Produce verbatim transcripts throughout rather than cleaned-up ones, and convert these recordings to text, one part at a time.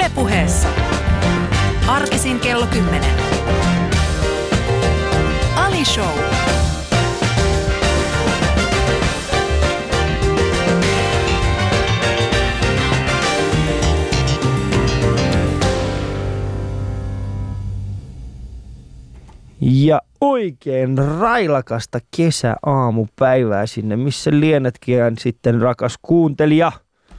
Yle Puheessa. Arkisin kello kymmenen. Ali Show. Ja oikein railakasta kesäaamupäivää sinne, missä lienetkin sitten, rakas kuuntelija.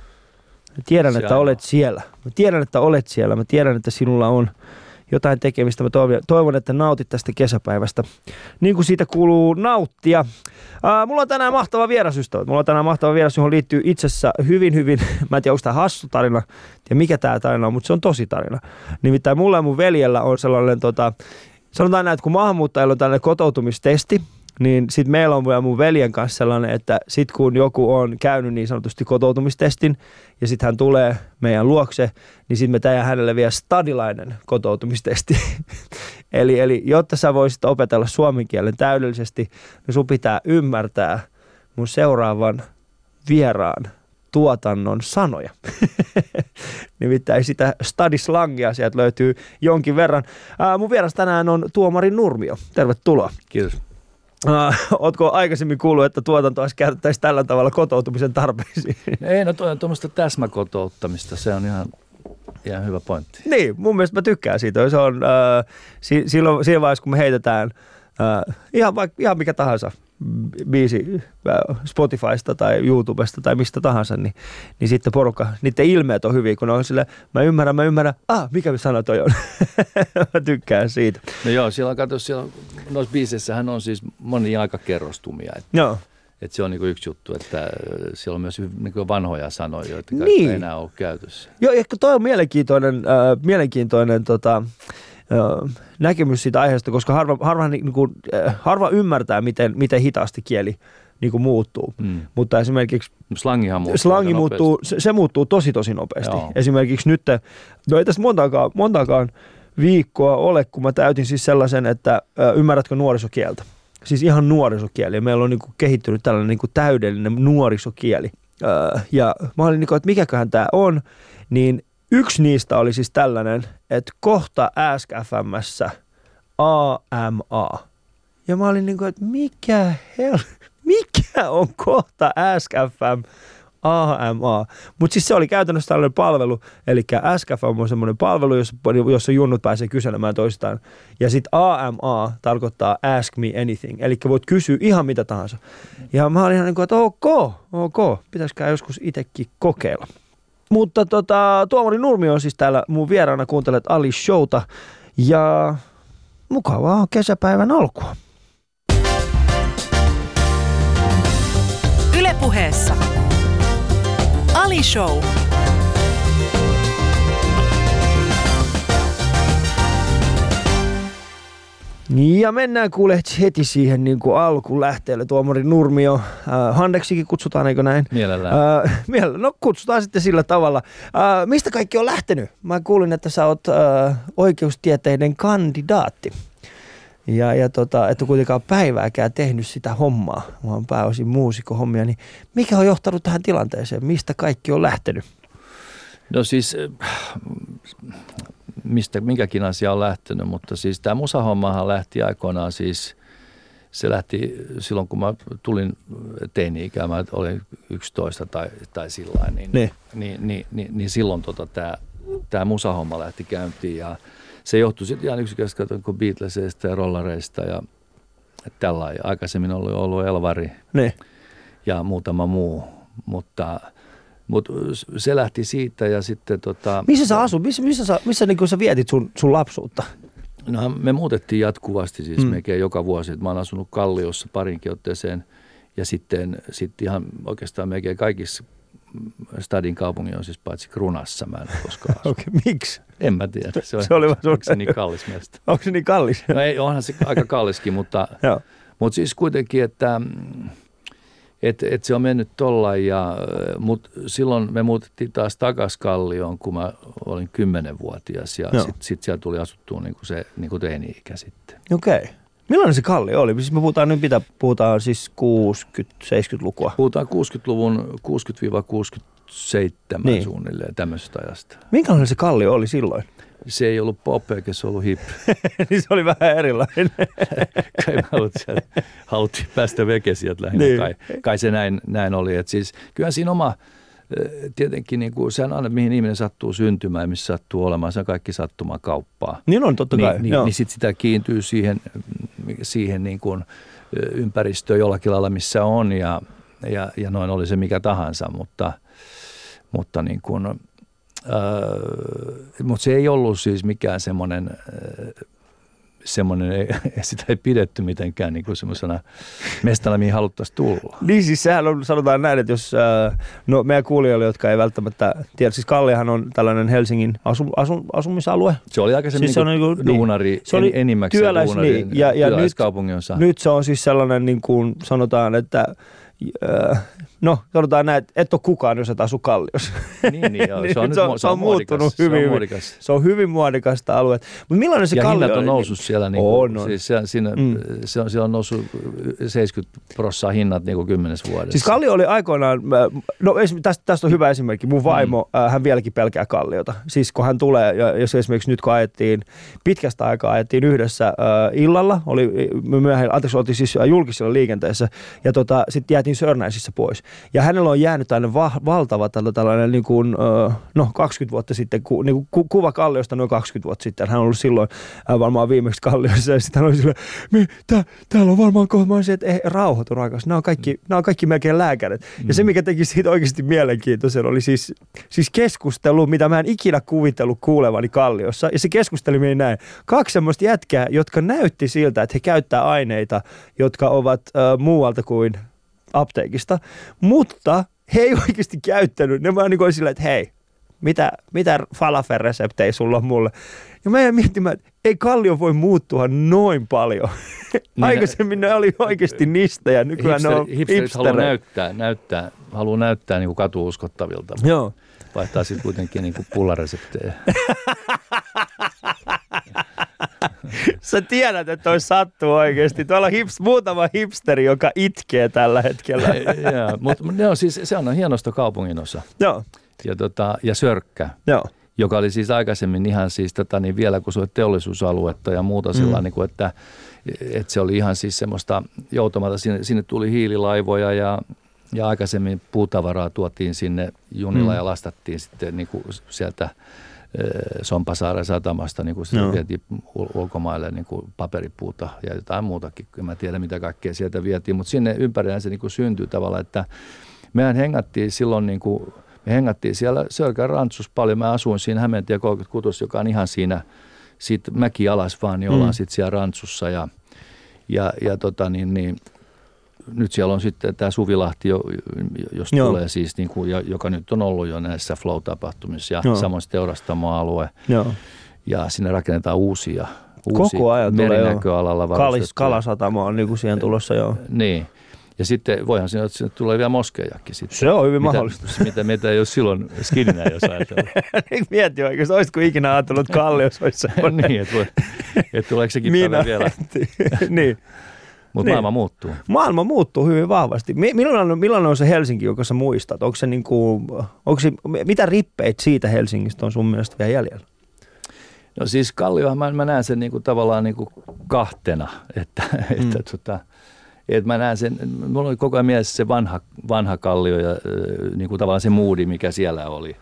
Mä tiedän, että olet siellä. Mä tiedän, että olet siellä. Mä tiedän, että sinulla on jotain tekemistä. Mä toivon, että nautit tästä kesäpäivästä. Niin kuin siitä kuuluu nauttia. Ää, mulla on tänään mahtava vierasystävä. Mulla on tänään mahtava vieras, johon liittyy itse asiassa hyvin, hyvin, mä en tiedä, onko tämä hassu tarina, ja mikä tämä tarina on, mutta se on tosi tarina. Nimittäin mulla ja mun veljellä on sellainen, tota, sanotaan näin, että kun maahanmuuttajilla on tällainen kotoutumistesti, niin sitten meillä on mun veljen kanssa sellainen, että sitten kun joku on käynyt niin sanotusti kotoutumistestin ja sitten hän tulee meidän luokse, niin sitten me tehdään hänelle vielä stadilainen kotoutumistesti. eli, eli jotta sä voisit opetella suomen kielen täydellisesti, niin sun pitää ymmärtää mun seuraavan vieraan tuotannon sanoja. Nimittäin sitä stadislangia sieltä löytyy jonkin verran. Ää, mun vieras tänään on Tuomari Nurmio. Tervetuloa. Kiitos. Uh, ootko aikaisemmin kuullut, että tuotantoa käytettäisiin tällä tavalla kotoutumisen tarpeisiin? Ei, no tuo on tuommoista täsmäkotouttamista, se on ihan, ihan hyvä pointti. Niin, mun mielestä mä tykkään siitä. Se on uh, si- silloin, siinä vaiheessa, kun me heitetään uh, ihan, vaikka, ihan mikä tahansa biisi uh, Spotifysta tai YouTubesta tai mistä tahansa, niin, niin sitten porukka, niiden ilmeet on hyviä, kun ne on silleen, mä ymmärrän, mä ymmärrän, ah, mikä sana toi on? Mä tykkään siitä. No joo, siellä on, katso, siellä on, noissa biiseissähän on siis monia aikakerrostumia. Että, joo. Että se on niinku yksi juttu, että siellä on myös niinku vanhoja sanoja, joita niin. ei enää ole käytössä. Joo, ehkä toi on mielenkiintoinen, äh, mielenkiintoinen tota, näkemys siitä aiheesta, koska harva, harva, niin kuin, harva ymmärtää, miten, miten hitaasti kieli niin kuin muuttuu. Mm. Mutta esimerkiksi slangihan muuttuu, slangi muuttuu se, se muuttuu tosi tosi nopeasti. Joo. Esimerkiksi nyt, no ei tästä montaakaan, montaakaan viikkoa ole, kun mä täytin siis sellaisen, että ö, ymmärrätkö nuorisokieltä? Siis ihan nuorisokieli. Meillä on niin kuin kehittynyt tällainen niin kuin täydellinen nuorisokieli. Ö, ja mä olin niin kuin, että mikäköhän tämä on, niin yksi niistä oli siis tällainen, että kohta Ask F M:ssä A M A. Ja mä olin niin kuin, että mikä hell, mikä on kohta Ask F M A M A. Mutta siis se oli käytännössä tällainen palvelu, eli Ask F M on semmoinen palvelu, jossa, jossa junnut pääsee kyselemään toistaan. Ja sitten A M A tarkoittaa Ask Me Anything, eli voit kysyä ihan mitä tahansa. Ja mä olin ihan niin kuin, että ok, ok, pitäisikö joskus itsekin kokeilla. Mutta tota, Tuomari Nurmio on siis täällä mun vieraana, kuuntelet Ali Showta ja mukavaa kesäpäivän alkua. Yle Puheessa. Ali Show. Ja mennään kuule heti siihen niin kuin alkulähteelle, Tuomari Nurmio. Äh, Handeksikin kutsutaan, eikö näin? Mielellään. Äh, miele- no kutsutaan sitten sillä tavalla. Äh, mistä kaikki on lähtenyt? Mä kuulin, että sä oot äh, oikeustieteiden kandidaatti. Ja, ja tota, et ole kuitenkaan päivääkään tehnyt sitä hommaa, vaan pääosin muusikkohommia. Niin mikä on johtanut tähän tilanteeseen? Mistä kaikki on lähtenyt? No siis, mistä minkäkin asia on lähtenyt, mutta siis tämä musahommahan lähti aikoinaan siis, se lähti silloin kun mä tulin teini-ikään, mä olin yksitoista tai, tai sillain, niin, niin. Niin, niin, niin, niin silloin tota, tämä, tämä musahomma lähti käyntiin ja se johtui sitten ihan yksinkertaisesti kuin Beatlesista ja rollareista ja tällainen. Aikaisemmin oli ollut Elvari niin. ja muutama muu, mutta... Mutta se lähti siitä ja sitten tota... Missä sä asut? Missä, missä, sä, missä niin sä vietit sun, sun lapsuutta? No me muutettiin jatkuvasti siis mm. melkein joka vuosi. Mä oon asunut Kalliossa parinkin otteeseen ja sitten, sitten ihan oikeastaan melkein kaikissa stadin kaupungin on siis paitsi Krunassa. Mä en ole koskaan asunut. Okei, okay, miksi? En mä tiedä. Se, on, se oli vaan se niin kallis mielestä. Onko se niin kallis? No ei, onhan se aika kalliskin, mutta, mutta siis kuitenkin, että... Että et se on mennyt tollain, ja, mutta silloin me muutettiin taas takaisin Kallioon, kun mä olin kymmenvuotias ja sitten sit siellä tuli asuttua niinku se niinku teini-ikä sitten. Okei. Okay. Millainen se Kallio oli? Siis me puhutaan nyt mitä, puhutaan siis kuusikymmentä-seitsemänkymmentälukua. Puhutaan kuusikymmentäluvun kuusikymmentä kuusikymmentäseitsemän kuusikymmentäseitsemän niin. suunnilleen tämmöisestä ajasta. Minkälainen se kallio oli silloin? Se ei ollut pop eikä se ollut hip. Niin se oli vähän erilainen. Kai me haluttiin, haluttiin päästä veke sieltä lähinnä. Niin. Kai, kai se näin, näin oli. Et siis, kyllähän siinä oma, tietenkin niin kuin, sehän aina mihin ihminen sattuu syntymään ja missä sattuu olemaan. Se on kaikki sattumakauppaa. Niin on totta kai. Niin, niin, niin sitten sitä kiintyy siihen, siihen niin kuin ympäristöön jollakin lailla missä on ja, ja, ja noin oli se mikä tahansa. Mutta, mutta niin kuin... Öö, mutta se ei ollut siis mikään semmoinen, semmoinen sitä ei pidetty mitenkään niin kuin semmoisena mestana, mihin haluttaisiin tulla. Niin siis sehän on, sanotaan näin, että jos, no meidän kuulijoille, jotka ei välttämättä tiedä, siis Kallihan on tällainen Helsingin asu, asu, asumisalue. Se oli aikaisemmin siis niin kuin duunari, se oli enimmäkseen työläis, duunari, niin, ja, ja työläiskaupungin osa. Nyt se on siis sellainen, niin kuin sanotaan, että no, sanotaan näin, että et ole kukaan, jos et asu Kalliossa. Niin, niin joo. Se on, nyt, se on, se on muuttunut hyvin. Se on muodikas. Se on hyvin muodikasta aluetta. Mutta millainen se ja Kallio hinnat on noussut niin, siellä. Niin kuin, on, on. Siis se, siinä, mm. se on, siellä on noussut seitsemänkymmentä prosenttia hinnat niin kuin kymmenessä vuodessa. Siis Kallio oli aikoinaan, no tästä, tästä on hyvä esimerkki. Mun vaimo, mm. hän vieläkin pelkää Kalliota. Siis kun hän tulee, ja jos esimerkiksi nyt kun ajettiin, pitkästä aikaa ajettiin yhdessä äh, illalla, oli myöhemmin, anteeksi, oltiin siis julkisella liikenteessä, ja tota, sitten jäätiin Sörnäisissä pois. Ja hänellä on jäänyt aina va- valtava tällainen, niin kuin, no kaksikymmentä vuotta sitten, ku, niin kuin ku, kuva Kalliosta noin kaksikymmentä vuotta sitten. Hän on ollut silloin äh, varmaan viimeksi Kalliossa ja sitten hän oli silleen, tää, täällä on varmaan kohmaan se, että eh, rauhoitu rakas, nämä on kaikki, nämä on kaikki melkein lääkärit. Mm. Ja se, mikä teki siitä oikeasti mielenkiintoisen, oli siis, siis keskustelu, mitä mä en ikinä kuvitellut kuulevani Kalliossa. Ja se keskusteli meni näin. Kaksi semmoista jätkää, jotka näytti siltä, että he käyttää aineita, jotka ovat äh, muualta kuin apteekista, mutta he ei oikeasti käyttänyt. Ne vaan niin kuin silleen, että hei, mitä, mitä falafel-reseptejä sulla on mulle? Ja mä jäin miettimään, että ei Kallio voi muuttua noin paljon. Niin, aikaisemmin ne oli oikeasti niistä ja nykyään hipster, ne on hipsterit. Haluaa näyttää, näyttää, haluaa näyttää niin kuin katuuskottavilta. Joo. Vaihtaa sitten kuitenkin niin kuin pullareseptejä. Sä tiedät, että toi sattuu oikeasti. Tuolla on hips, muutama hipsteri, joka itkee tällä hetkellä. Ja, mutta ne on siis, se on hienosta kaupunginosa. Joo. Ja, tota, ja Sörkkä, Joo. joka oli siis aikaisemmin ihan siis tota, niin vielä kun se oli teollisuusaluetta ja muuta mm. sillä niin kuin, että, että se oli ihan siis semmoista joutomata. Sinne, sinne tuli hiililaivoja ja, ja aikaisemmin puutavaraa tuotiin sinne junilla mm. ja lastattiin sitten niin kuin sieltä Sompasaaren satamasta, niin kuin se no. vietiin ulkomaille niin kuin paperipuuta ja jotain muutakin. En mä tiedä, mitä kaikkea sieltä vietiin, mutta sinne ympärillä se niin kuin syntyi tavallaan, että mehän hengattiin silloin, niin kuin, me hengattiin siellä Sörkän rantsussa paljon. Mä asuin siinä Hämeentie kolmekymmentäkuusi, joka on ihan siinä, siitä mäki alas vaan, niin ollaan mm. sitten siellä rantsussa ja, ja, ja tota niin, niin nyt siellä on sitten tämä Suvilahti, jos Joo. tulee siis, niin kuin, joka nyt on ollut jo näissä flow-tapahtumissa ja Joo. samoin teurastamoalue. Joo. Ja sinne rakennetaan uusia, uusia koko ajan merinäköalalla varustettuja. Kalasatama on niin kuin siihen tulossa jo. Niin. Ja sitten voihan siinä, että sinne tulee vielä moskeijakin sitten. Se on hyvin mitä, mahdollista. Mitä meitä ei ole silloin skininä, jos ajatellaan. Mieti oikeasti, olisitko ikinä ajatellut Kalliossa olisi semmoinen. Niin, että et tuleeko sekin päivä vielä. Niin. Mutta niin. Maailma muuttuu. Maailma muuttuu hyvin vahvasti. Millainen, millainen on se Helsinki, joka sä muistat? Onko se niin kuin, onko se, mitä rippeitä siitä Helsingistä on sun mielestä vielä jäljellä? No siis Kalliohan mä, mä näen sen niin kuin tavallaan niin kuin kahtena. Että, mm. että, tota, että mä näen sen, mulla oli koko ajan mielessä se vanha, vanha Kallio ja niin kuin tavallaan se moodi, mikä siellä oli.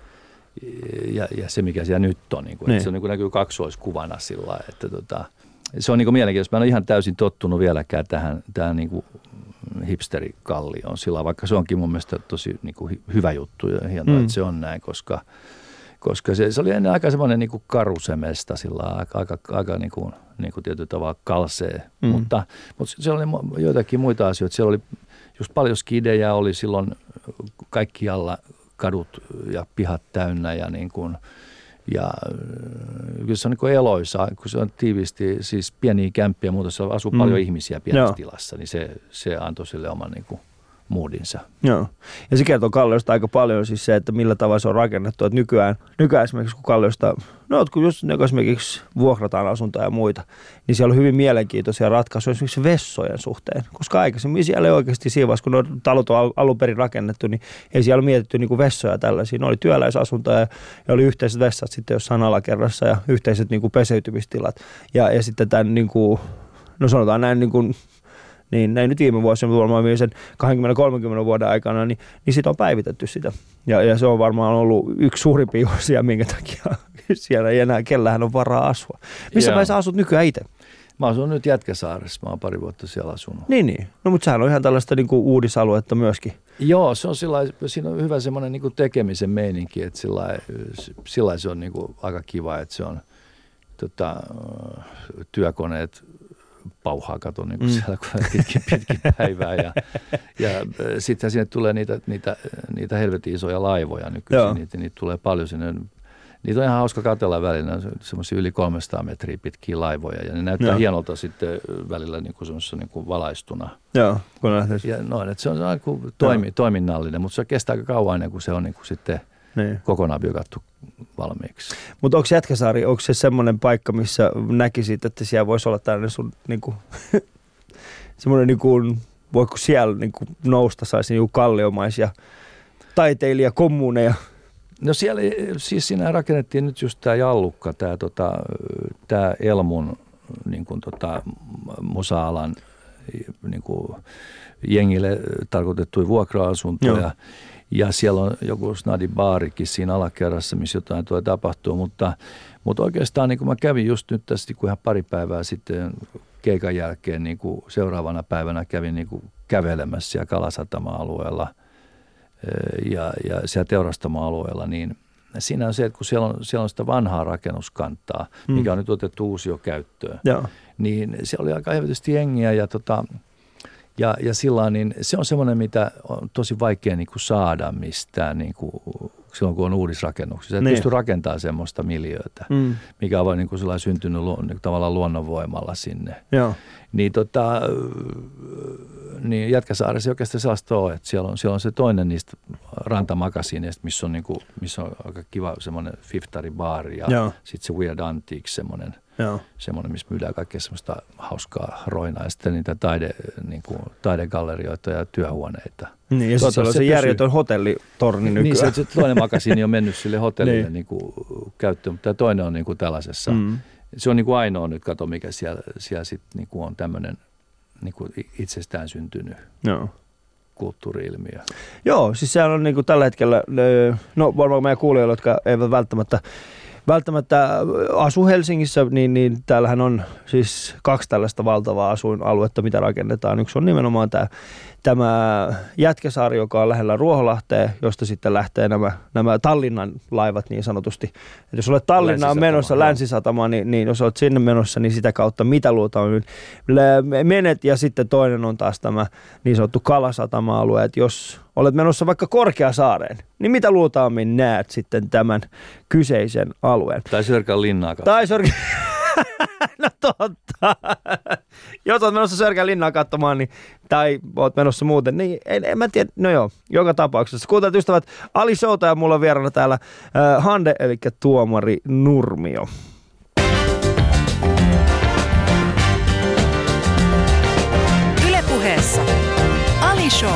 Ja, ja se, mikä siellä nyt on. Niin kuin, niin. Että se on, niin kuin näkyy kaksoiskuvana sillä lailla, että tota, se on niin kuin mielenkiintoista. Mä en ole ihan täysin tottunut vieläkään tähän, tähän niin kuin hipsterikallioon sillä, vaikka se onkin mun mielestä tosi niin kuin hyvä juttu ja hienoa, mm. että se on näin, koska, koska se, se oli ennen aika semmoinen niin kuin karusemesta sillä aika, aika, aika niin kuin, niin kuin tietyllä tavalla kalsee, mm. mutta, mutta siellä oli joitakin muita asioita. Siellä oli just paljon skidejä, oli silloin kaikkialla kadut ja pihat täynnä ja niin kuin ja kyllä se on niin eloisa, kun se on tiiviisti, siis pieniä kämppiä, mutta se asuu mm. paljon ihmisiä pienessä no. tilassa, niin se, se antoi sille oman niin kuin moodinsa. Joo. Ja se kertoo Kalliosta aika paljon siis se, että millä tavalla se on rakennettu. Että nykyään, nykyään esimerkiksi kun Kalliosta, no kun jos esimerkiksi vuokrataan asuntoja ja muita, niin siellä on hyvin mielenkiintoisia ratkaisuja esimerkiksi vessojen suhteen. Koska aikaisemmin siellä ei oikeasti siinä vaiheessa, kun nuo talot on alun perin rakennettu, niin ei siellä ole mietitty niin kuin vessoja tällaisia. Ne oli työläisasuntoja ja oli yhteiset vessat sitten jossain alakerrassa ja yhteiset niin kuin peseytymistilat. Ja, ja sitten tämän, niin kuin, no sanotaan näin, niin kuin, niin näin nyt viime vuosina, varmaan viimeisen kaksikymmentä kolmekymmentä vuoden aikana, niin, niin sitä on päivitetty sitä. Ja, ja se on varmaan ollut yksi suurimpia osia, minkä takia siellä ei enää, kellähän on varaa asua. Missä vaiheessa asut nykyään itse? Mä asun nyt Jätkäsaaressa, mä oon pari vuotta siellä asunut. Niin, niin. No mutta sehän on ihan tällaista niin kuin uudisaluetta myöskin. Joo, se on sillai, siinä on hyvä semmoinen niin kuin tekemisen meininki, että sillai, sillai se on niin kuin aika kiva, että se on tota, työkoneet pauhaa katon niin kuin mm. siellä pitkin, pitkin päivää ja, ja sitten sinne tulee niitä, niitä, niitä helvetin isoja laivoja nykyisin, niitä, niitä tulee paljon sinne. Niitä on ihan hauska katsella välillä, ne on semmoisia yli kolmesataa metriä pitkiä laivoja ja ne näyttää Joo. hienolta sitten välillä niin kuin semmoisessa niin kuin valaistuna. Joo, kun nähdään. Ja noin, että se on aika toimi, toiminnallinen, mutta se kestää aika kauan ennen kuin se on niin kuin sitten niin. kokonaan byykattu valmiiksi. Mutta onko Jätkäsaari, onko se semmoinen paikka, missä näkisit, että siellä voisi olla tällainen sun niin kuin, semmoinen niin kuin, voiko siellä niin kuin nousta, saisi niin kuin kalliomaisia taiteilijakommuuneja? No siellä, siis siinä rakennettiin nyt just tämä Jallukka, tämä tota, tää Elmun niin kuin tota, musa-alan niin kuin jengille tarkoitettuja vuokra-asuntoja. Joo. Ja siellä on joku snadi baarikin siinä alakerrassa, missä jotain tulee tapahtuu, mutta, mutta oikeastaan niin kuin mä kävin just nyt tässä niin ihan pari päivää sitten keikan jälkeen, niin kuin seuraavana päivänä kävin niin kuin kävelemässä siellä Kalasatama-alueella ja, ja siellä Teurastamo-alueella, niin siinä on se, että kun siellä on, siellä on sitä vanhaa rakennuskantaa, mm. mikä on nyt otettu uusio käyttöön, Joo. niin siellä oli aika helvetisti jengiä ja tota, Ja, ja sillä niin se on semmoinen, mitä on tosi vaikea niin kuin saada mistään niin kuin, silloin, kun on uudisrakennuksissa. Et niin. Pysty rakentamaan semmoista miljöötä, mm. mikä on vain niin kuin syntynyt lu, niin tavallaan luonnonvoimalla sinne. Joo. Niin, tota, niin Jätkäsaaressa ei oikeastaan sellaista ole, että siellä on, siellä on se toinen niistä rantamakasiineista, missä on, niin kuin, missä on aika kiva semmoinen fiftari-baari ja sitten se Weird Antiques semmoinen. Joo. Semmoinen, missä myydään kaikkea semmoista hauskaa roinaa ja sitten niitä taide, niin kuin, taidegallerioita ja työhuoneita. Niin, ja sitten on se järjetön hotellitorni nykyään. Niin, se, se toinen makasiini on mennyt sille hotellille niin. Niin kuin, käyttöön, mutta tämä toinen on niin kuin tällaisessa. Mm. Se on niin kuin ainoa nyt, kato mikä siellä, siellä sit, niin kuin on tämmöinen niin kuin itsestään syntynyt Joo. kulttuuri-ilmiö. Joo, siis sehän on niin kuin tällä hetkellä, no varmaan meidän kuulijoilla, jotka eivät välttämättä Välttämättä asu Helsingissä, niin, niin täällähän on siis kaksi tällaista valtavaa asuinaluetta, mitä rakennetaan. Yksi on nimenomaan tämä, tämä Jätkäsaari, joka on lähellä Ruoholahtea, josta sitten lähtee nämä, nämä Tallinnan laivat niin sanotusti. Et jos olet Tallinnaan menossa, Länsisatamaan, niin, niin jos olet sinne menossa, niin sitä kautta mitä luulta on menet. Ja sitten toinen on taas tämä niin sanottu Kalasatama-alue, että jos olet menossa vaikka Korkeasaareen, niin mitä luultaammin näet sitten tämän kyseisen alueen? Tai Sörkän linnaa katsomaan. Tai Sörkän... No totta. Jos olet menossa Sörkän linnaa katsomaan, niin, tai olet menossa muuten, niin en, en mä tiedä. No joo, joka tapauksessa. Kuuntelut ystävät, Ali Showta ja mulla on vieraana täällä äh, Hande, eli tuomari Nurmio. Yle Puheessa Ali Show.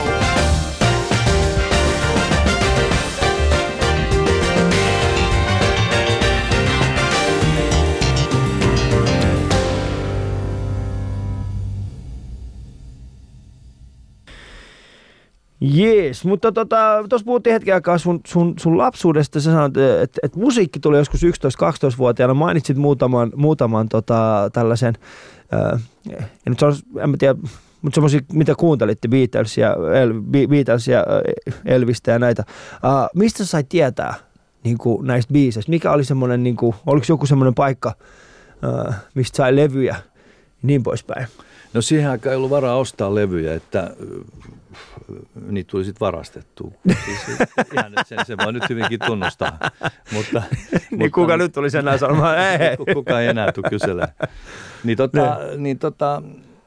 Jees, mutta tuossa tota, puhuttiin hetken aikaa sun, sun, sun lapsuudesta. Sä sanoit, että et musiikki tuli joskus yksitoista-kaksitoista-vuotiaana. Mainitsit muutaman, muutaman tota, tällaisen, ää, en, nyt sanoisi, en mä tiedä, mutta semmoisia, mitä kuuntelitte, Beatlesia, El, Beatlesia, Elvistä ja näitä. Ää, mistä sä sait tietää niin kuin näistä biiseistä? Mikä oli semmoinen, niin kuin, oliko joku semmoinen paikka, ää, mistä sai levyjä niin poispäin? No siihen aikaan ei ollut varaa ostaa levyjä, että niitä tuli sitten varastettua. Siis, ihan sen, sen voi nyt hyvinkin tunnustaa. Mutta, niin mutta, kuka nyt tuli sen näin sanomaan? Ei. Kuka ei enää tule kyselemään. Niin, tota, niin tota,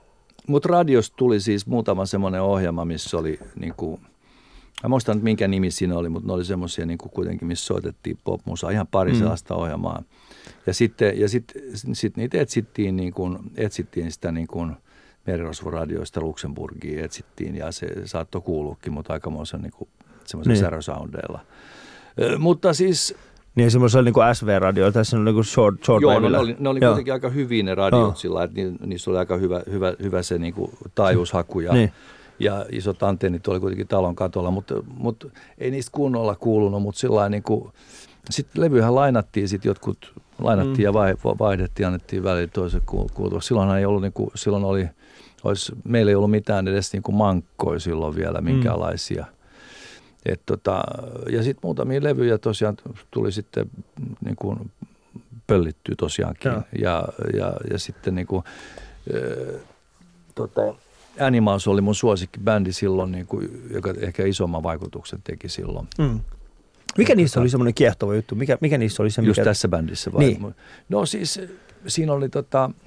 Mutta radiosta tuli siis muutama semmoinen ohjelma, missä oli niinku, mä muistan, minkä nimi siinä oli, mutta ne oli semmoisia niinku kuitenkin, missä soitettiin popmusaa, ihan pari mm. sellaista ohjelmaa. Ja sitten ja sit, sit niitä etsittiin, niinku, etsittiin sitä niinku Merirosvoradioista Luxemburgiin etsittiin ja se saattoi kuuluukin, mutta aikamoisen niinku semmoisella niin. särosoundeilla. Ö, mutta siis... Niin semmoisella niin kuin S V-radio, tässä on niin kuin short, short Joo, no, ne oli, ne oli kuitenkin aika hyviä ne radiot oh. sillä, että niissä oli aika hyvä, hyvä, hyvä se niin kuin taajuushaku ja, niin. ja isot antennit oli kuitenkin talon katolla, mutta, mutta ei niistä kunnolla kuulunut, mutta sillä niin kuin, sitten levyhän lainattiin, sitten jotkut lainattiin mm. ja vaihdettiin, annettiin välillä toisen kuultua. Silloin ei ollut, niin kuin, silloin oli, olisi, meillä ei ollut mitään edes niin kuin mankkoja silloin vielä, minkäänlaisia. Mm. Et tota, ja sitten muutamia levyjä tosiaan tuli sitten niin kuin pöllittyä tosiaankin. Ja, ja, ja, ja sitten niin kuin, äh, tota, Animals oli mun suosikkibändi silloin, niin kuin, joka ehkä isomman vaikutuksen teki silloin. Mm. Mikä niissä tota, oli semmoinen kiehtova juttu? Mikä, mikä niissä oli se? Just mikä... tässä bändissä vai? Niin. No siis siinä oli, tota, äh,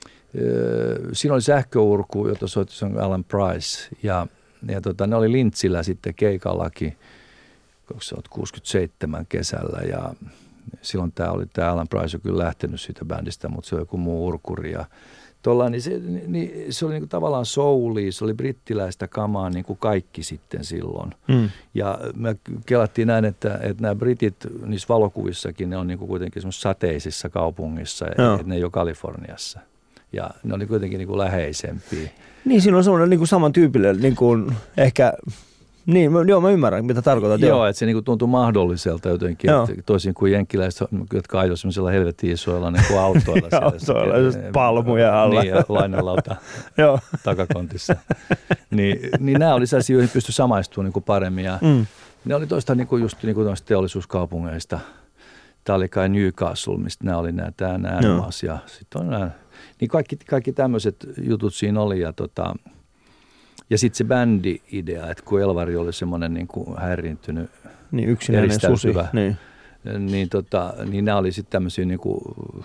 siinä oli sähköurku, jota soitti Alan Price ja Ja tota, ne oli Lintsillä sitten keikallakin, koska se on kuusikymmentäseitsemän kesällä ja silloin tämä oli tämä Alan Price on kyllä lähtenyt siitä bändistä, mutta se oli joku muu urkuri ja tolla, niin se, niin se oli niinku tavallaan soulia, se oli brittiläistä kamaa niin kuin kaikki sitten silloin. Mm. Ja me kelattiin näin, että, että nämä britit niissä valokuvissakin ne on niinku kuitenkin semmoisissa sateisissa kaupungissa, no. että ne ei ole Kaliforniassa. Ja ne oli kuitenkin niin kuin läheisempiä. Niin, siinä on semmoinen niin kuin samantyyppinen, niin kuin ehkä, niin, joo, mä ymmärrän, mitä tarkoitat. Joo, joo. Että se niin kuin tuntui mahdolliselta jotenkin, että toisin kuin jenkkiläiset, jotka ajoivat semmoisella helvetin isoilla niin kuin autoilla. autoilla, siellä, palmuja alla. Niin, ja lainalauta takakontissa. niin, niin nämä oli sellaisia, joihin pystyi samaistumaan niin kuin paremmin. Ja mm. ne oli toista niin kuin just niin kuin teollisuuskaupungeista. Tämä oli kai Newcastle, mistä nämä oli nämä, tämä nämä Animals ja sitten on nämä. Niin kaikki, kaikki tämmöiset jutut siinä oli ja, tota, ja sitten se bändi-idea, että kun Elvari oli semmoinen niin kuin häiriintynyt, niin yksinäinen susi, niin, niin, tota, niin nämä oli sitten tämmöisiä niin kuin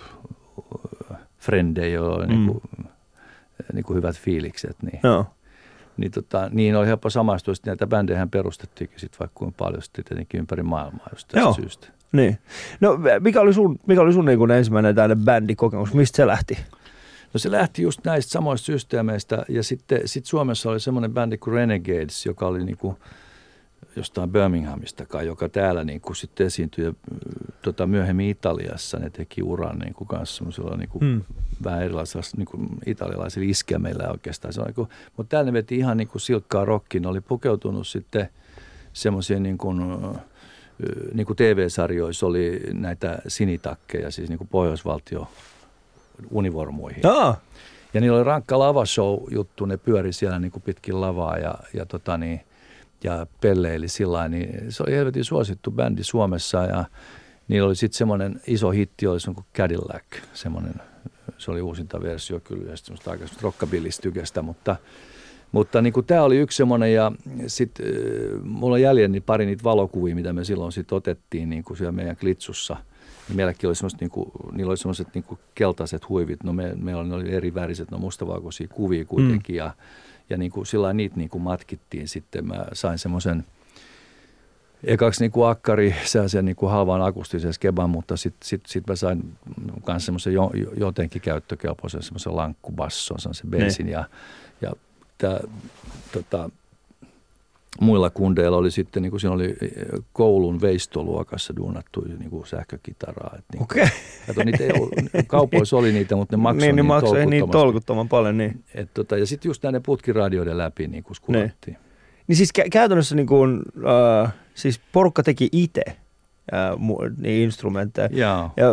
frendejä, joilla oli mm. niin kuin, niin kuin hyvät fiilikset. Niin, no. niin, tota, niin oli helppo samaistua, että näitä bändejähän perustettiinkin sitten vaikka kuinka paljon sitten tietenkin ympäri maailmaa just tästä Joo. syystä. Niin. No mikä oli sun, mikä oli sun niin kuin ensimmäinen tämmöinen bändikokemus, mistä se lähti? No se lähti just näistä samoista systeemeistä ja sitten sit Suomessa oli semmoinen bändi kuin Renegades, joka oli niinku jostain Birminghamista kai, joka täällä niinku sitten esiintyi ja tota, myöhemmin Italiassa ne teki uran niinku kanssa semmoisella niinku hmm. vähän erilaisella niinku italialaisilla iskelmeillä oikeastaan. Se niinku, mutta täällä ne veti ihan niinku silkkaa rockia, ne oli pukeutunut sitten semmoisiin niinku, niinku T V-sarjoissa oli näitä sinitakkeja, siis niinku Pohjoisvaltio univormuihin. Aa. Ja niillä oli rankka lavashow-juttu, ne pyöri siellä niin kuin pitkin lavaa ja, ja, tota niin, ja pelleili sillä niin se oli helvetin suosittu bändi Suomessa ja niillä oli sitten semmoinen iso hitti, oli semmoinen kuin Cadillac, semmoinen, se oli uusinta versio kyllä, ja semmoista aikaisesta rockabillistykestä, mutta, mutta niin kuin tämä oli yksi semmoinen ja sitten mulla on jäljellä niin pari niitä valokuvia, mitä me silloin sitten otettiin niin kuin siellä meidän klitsussa. Niin meilläkin oli semmoiset, niinku, niillä oli semmoiset niinku keltaiset huivit, no me, meillä oli, oli eri väriset, no mustavalkoisia kuvia kuitenkin, mm. ja, ja niinku, sillä niitä niinku matkittiin sitten. Mä sain semmoisen ekaksi niinku akkari, sellaisen niinku halvan akustisen skeban, mutta sitten sit, sit mä sain myös semmoisen jo, jotenkin käyttökelpoisen semmoisen lankkubasson, semmoisen bensin, ja, ja tää, tota, muilla kundeilla oli sitten, niin kuin siinä oli koulun veistoluokassa duunattu niin kuin sähkökitaraa. Niin Okei. Okay. Niitä ei ollut, kaupoissa oli niitä, mutta ne maksoi niin, niin, maksoi niin tolkuttoman paljon. Niin. Et, tota, ja sitten just näiden putkiradioiden läpi niin kuin skulattiin. Niin. niin siis kä- käytännössä niin kuin, äh, siis porukka teki itse äh, niin instrumentteja. Jaa. Ja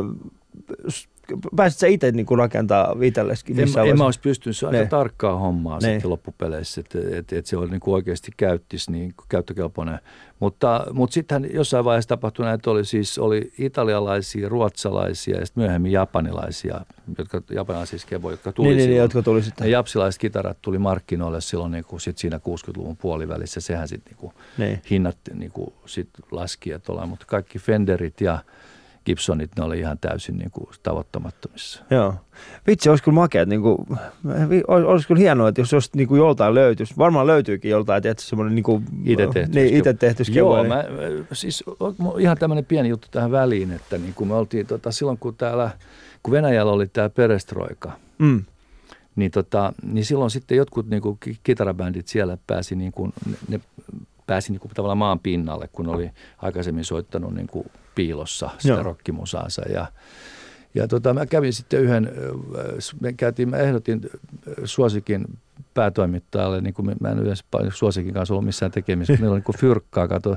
pääsit sä itse niin rakentaa itselleskin? En, en mä olisi pystynyt, se on aika tarkkaa hommaa ne. Sitten loppupeleissä, että et, et se oli niin kuin oikeasti käyttisi niin käyttökelpoinen. Mutta, mutta sittenhän jossain vaiheessa tapahtui näin, että oli siis oli italialaisia, ruotsalaisia ja sitten myöhemmin japanilaisia, jotka, japanilaisia skevoja, jotka tuli niin, silloin. Niin, jotka tuli sitten. Ja japsilaiset kitarat tuli markkinoille silloin niin kuin sit siinä kuusikymmentäluvun puolivälissä. Sehän sitten niin kuin hinnat niin kuin sit laski, että ollaan, mutta kaikki Fenderit ja Gibsonit, ne oli ihan täysin niin kuin tavoittamattomissa. Joo. Vitsi, olisi kyllä makeat, niin kuin, olisi, olisi kyllä hienoa, että jos, jos niin kuin joltain löytyisi, varmaan löytyykin joltain, että semmoinen niin kuin, itse tehty. Niin, itse tehty Joo, mä, siis ihan tämmöinen pieni juttu tähän väliin, että niin kuin me oltiin tota, silloin, kun täällä, kun Venäjällä oli tämä perestroika, mm. niin, tota, niin silloin sitten jotkut niin kuin kitarabändit siellä pääsi, niin kuin, ne pääsi niin kuin tavallaan maan pinnalle, kun oli aikaisemmin soittanut niin kuin piilossa sitä Joo. rockimusaansa. Ja, ja tota, mä kävin sitten yhden, me käytiin, mä ehdotin Suosikin päätoimittajalle, niin kuin mä en yleensä Suosikin kanssa ollut missään tekemisissä, meillä on niin kuin fyrkkaa, kato,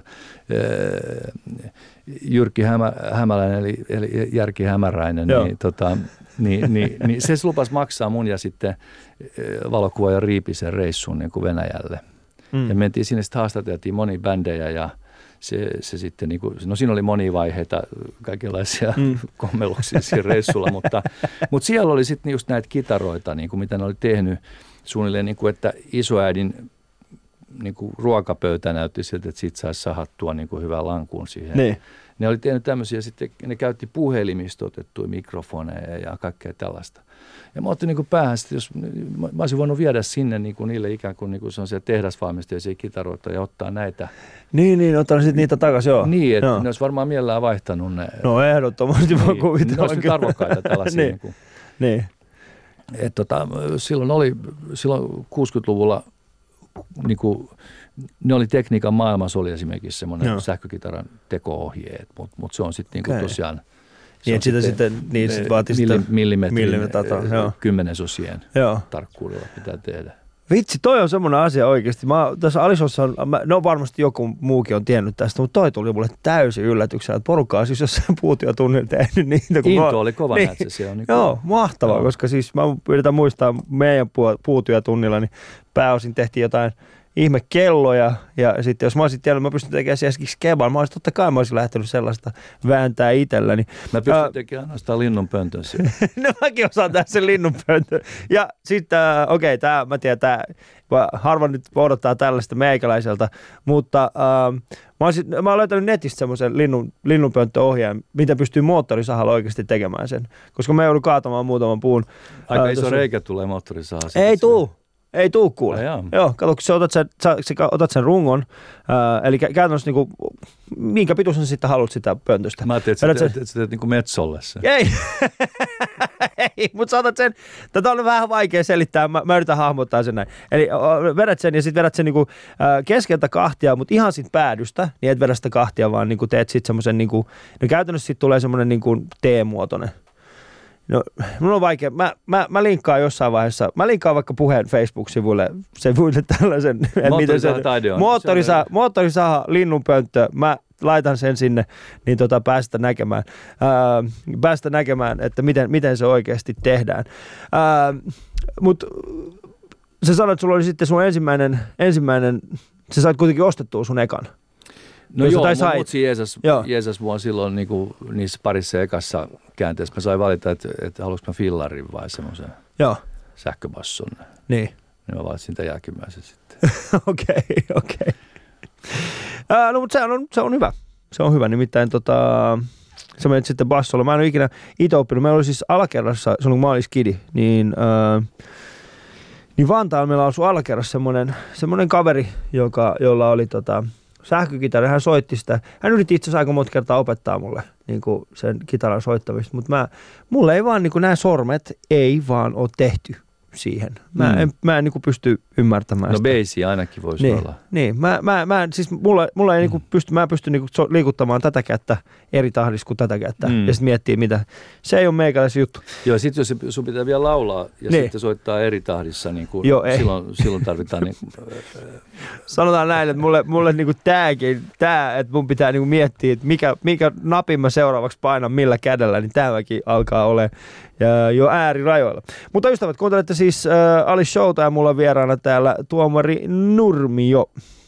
Jyrki Hämä, Hämäläinen, eli, eli Järki Hämäräinen, niin, tota, niin, niin, niin se lupasi maksaa mun ja sitten Valokuva ja Riipisen reissuun niin kuin Venäjälle. Mm. Ja mentiin sinne, sitten haastateltiin monia bändejä ja se, se sitten, niin kuin, no siinä oli monia vaiheita, kaikenlaisia mm. kommelluksia siinä reissulla, mutta, mutta siellä oli sitten just näitä kitaroita, niin kuin mitä ne oli tehnyt suunnilleen, niin kuin, että isoäidin niin kuin ruokapöytä näytti siltä, että siitä saisi sahattua niin kuin hyvän lankun siihen. Ne. ne oli tehnyt tämmöisiä, sitten ne käytti puhelimista otettuja mikrofoneja ja kaikkea tällaista. Ja mä otin niin kuin päähän, että jos mä, mä olisin voinut viedä sinne niin kuin niille ikään kuin, niin kuin se on siellä tehdasvalmistajia kitaroita ja ottaa näitä. Niin, niin, ottaa sitten niitä takaisin, joo. Niin, että joo. ne olisi varmaan mielellään vaihtanut ne. No ehdottomasti niin, voi kuvitella. Ne olisi nyt arvokkaita tällaisia. niin, niin, kuin, niin. Et tota, silloin oli, silloin kuusikymmentäluvulla niin kuin, ne oli tekniikan maailmassa oli esimerkiksi semmoinen joo. sähkökitaran teko-ohjeet, mutta mut se on sitten niin kuin okay. tosiaan niin, sitä sitten, niin sit vaatii milli, millimetrin millimetata, kymmenesosien joo. tarkkuudella pitää tehdä. Vitsi, toi on semmoinen asia oikeasti. Mä, tässä Alisossa on, mä, no varmasti joku muukin on tiennyt tästä, mutta toi tuli mulle täysin yllätyksellä, että porukka on siis jossain puutiotunnilla tehnyt niitä. Into mä, oli kova niin, nätsä siellä. Niin joo, mahtavaa, joo. koska siis mä yritän muistaa meidän puutiotunnilla, niin pääosin tehtiin jotain ihme kelloja, ja sitten jos mä olisin tiennyt, mä pystyn tekemään esimerkiksi keban, mä olisin totta kai mä olisin lähtenyt sellaista vääntää itselläni. Mä pystyn uh, tekemään ainoastaan linnunpöntön siellä. No mäkin osaan tehdä sen linnunpöntön. Ja sitten, uh, okei, okay, tää, mä tiedän, tää, harva nyt odottaa tällaista meikäläiseltä, mutta uh, mä, olisin, mä olen löytänyt netistä semmoisen linnun, linnunpönttöohjeen, mitä pystyy moottorisahalla oikeasti tekemään sen, koska mä joudun kaatamaan muutaman puun. Aika uh, iso tossa. reikä tulee moottorisahalla. Ei tuu. Ei tuu kuule. Ja joo, kato, kun sä otat sen, sä, sä otat sen rungon, ää, eli käytännössä niinku, minkä pituisen sitten haluat sitä pöntöstä. Mä ajattelin, että sä teet, teet niinku Metsolle sen. Ei, ei, mutta sä otat sen, tätä on vähän vaikea selittää, mä, mä yritän hahmottaa sen näin. Eli vedät sen ja sitten vedät sen niinku, ää, keskeltä kahtia, mutta ihan sit päädystä, niin et vedä sitä kahtia, vaan niinku teet sitten semmoisen, niinku, no käytännössä sitten tulee semmoinen niinku T-muotoinen. No, mulla on vaikea. Mä, mä, mä linkkaan jossain vaiheessa. Mä linkkaan vaikka puheen Facebook-sivuille sivuille tällaisen. Moottorisaha taide on. Moottorisaha, moottorisaha, linnunpönttö. Mä laitan sen sinne, niin tota päästä näkemään. Ää, päästä näkemään, että miten, miten se oikeasti tehdään. Mutta sä sanoit, että sulla oli sitten sun ensimmäinen, ensimmäinen, sä sait kuitenkin ostettua sun ekan. No joo, mun mutsi Jeesus, Jeesus mua silloin niin kuin niissä parissa ekassa käänteessä. Mä sain valita, että, että haluanko mä fillarin vai semmoisen sähköbasson. Niin. Niin mä valitsin tämän jälkimmäisen sitten. Okei, okei. Okay. No mutta se on, se on hyvä. Se on hyvä, nimittäin tota, sä menet sitten bassolla. Mä en ole ikinä itse oppinut. Meillä oli siis alakerrassa, silloin kun mä olin skidi, niin, ää, niin Vantaalla meillä asui alakerrassa semmoinen, semmoinen kaveri, joka, jolla oli tota, sähkökitara, hän soitti sitä. Hän yritti itse asiassa aika monta kertaa opettaa mulle niin kuin sen kitaran soittamista, mutta mä, mulle ei vaan, niin kuin nämä sormet ei vaan ole tehty siihen. Mä mm. en, mä en niin kuin pysty ymmärtämään no sitä. No basia ainakin voisi niin, olla. Niin, mä, mä, mä, siis mulla, mulla ei mm. niin kuin pysty, mä pystyn niin kuin liikuttamaan tätä kättä eri tahdissa kuin tätä kättä. Mm. Ja sitten miettii mitä. Se ei ole meikäläisen juttu. Joo, sitten jos sun pitää vielä laulaa ja niin. sitten soittaa eri tahdissa, niin kuin Joo, silloin, silloin tarvitaan niin sanotaan näin, että mulle, mulle niin kuin tääkin, tää, että mun pitää niin kuin miettiä, että mikä, mikä napin mä seuraavaksi painan millä kädellä, niin tämäkin alkaa olemaan jo äärirajoilla. Mutta ystävät, kuuntelette siis äh, Ali Showta ja mulla on vieraana täällä tuomari Nurmio.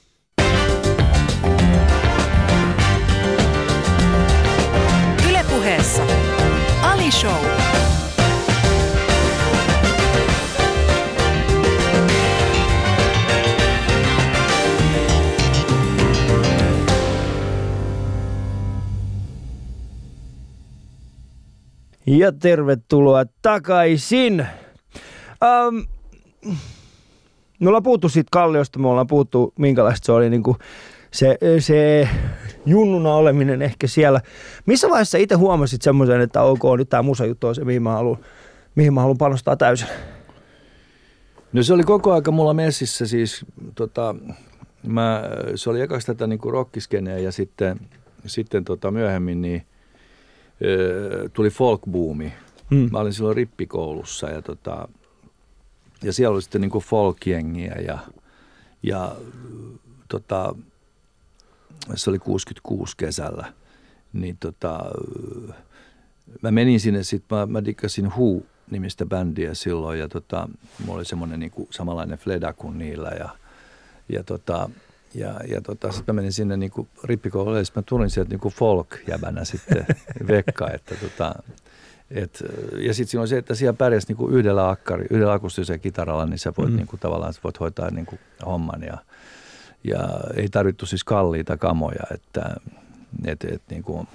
Yle Puheessa Ali Show. Ja tervetuloa takaisin. Um, me ollaan puhuttu siitä Kalliosta, me ollaan puhuttu minkälaista se oli niinku se, se junnuna oleminen ehkä siellä. Missä vaiheessa itse huomasit semmoisen, että ok, nyt tää musajuttu on se, mihin mä haluan, mihin mä haluan panostaa täysin? No se oli koko aika mulla messissä siis, tota, mä, se oli ekaksi tätä niinku rockiskeneä ja sitten, sitten tota myöhemmin niin, ö, tuli folkboomi. Hmm. Mä olin silloin rippikoulussa ja, tota, ja siellä oli sitten niinku folkjengiä ja, ja tota, se oli kuusikymmentäkuusi kesällä. Niin tota, mä menin sinne sitten, mä, mä dikkasin Who-nimistä bändiä silloin ja tota, mulla oli semmoinen niinku samanlainen fleda kuin niillä ja, ja tota, Ja, ja tota, sitten mä menin sinne niinku rippikoululle ja sitten mä tulin sieltä niinku folk-jäbänä sitten vekka. Että tota, et, ja sitten siinä on se, että siellä pärjäsi niinku yhdellä akkari, yhdellä akustisella kitaralla, niin sä voit mm. niinku, tavallaan sä voit hoitaa niinku homman. Ja, ja ei tarvittu siis kalliita kamoja. Että, et, et, niinku,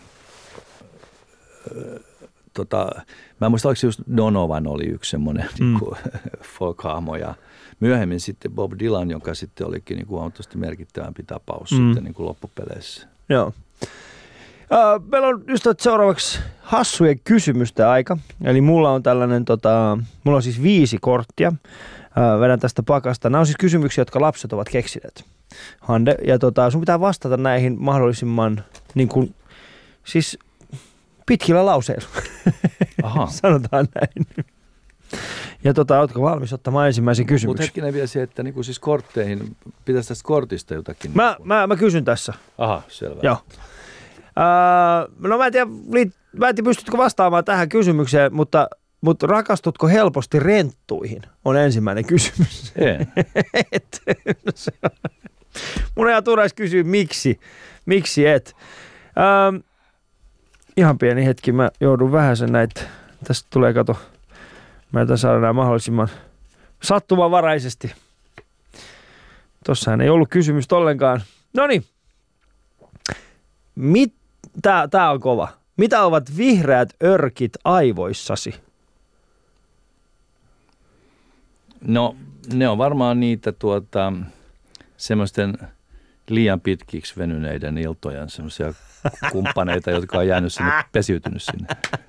tota, mä en muista, oliko just Donovan oli yksi semmoinen mm. niinku, folk-hahmo ja myöhemmin sitten Bob Dylan, joka sitten olikin niin kuin huomattavasti merkittävämpi tapaus mm. sitten niin kuin loppupeleissä. Joo. Uh, meillä on just seuraavaksi hassujen kysymysten aika. Eli mulla on tällainen, tota, mulla on siis viisi korttia. Uh, vedän tästä pakasta. Nämä on siis kysymyksiä, jotka lapset ovat keksineet, Hande. Ja tota, sun pitää vastata näihin mahdollisimman niin kuin, siis pitkillä lauseilla. Aha. Sanotaan näin. Ja tota, ootko valmis ottamaan ensimmäisen kysymyksen? Mutta hetkinen vielä se, että niinku siis kortteihin, pitäisi tästä kortista jotakin. Mä, mä, mä kysyn tässä. Aha, selvä. Joo. Öö, no mä en tiedä, mä en tiedä, pystytkö vastaamaan tähän kysymykseen, mutta, mutta rakastutko helposti renttuihin, on ensimmäinen kysymys. En. et. Mun ei turhaisi kysyä, miksi. Miksi et? Öö, ihan pieni hetki, mä joudun vähän sen näitä, tästä tulee kato. Mä yritän saada nämä mahdollisimman sattumanvaraisesti. Tossahan ei ollut kysymystä ollenkaan. Noniin. Mit, tää, tää on kova. Mitä ovat vihreät örkit aivoissasi? No, ne on varmaan niitä tuota, semmoisten liian pitkiksi venyneiden iltojen semmoisia kumppaneita, jotka on jäänyt sinne, pesiytynyt sinne.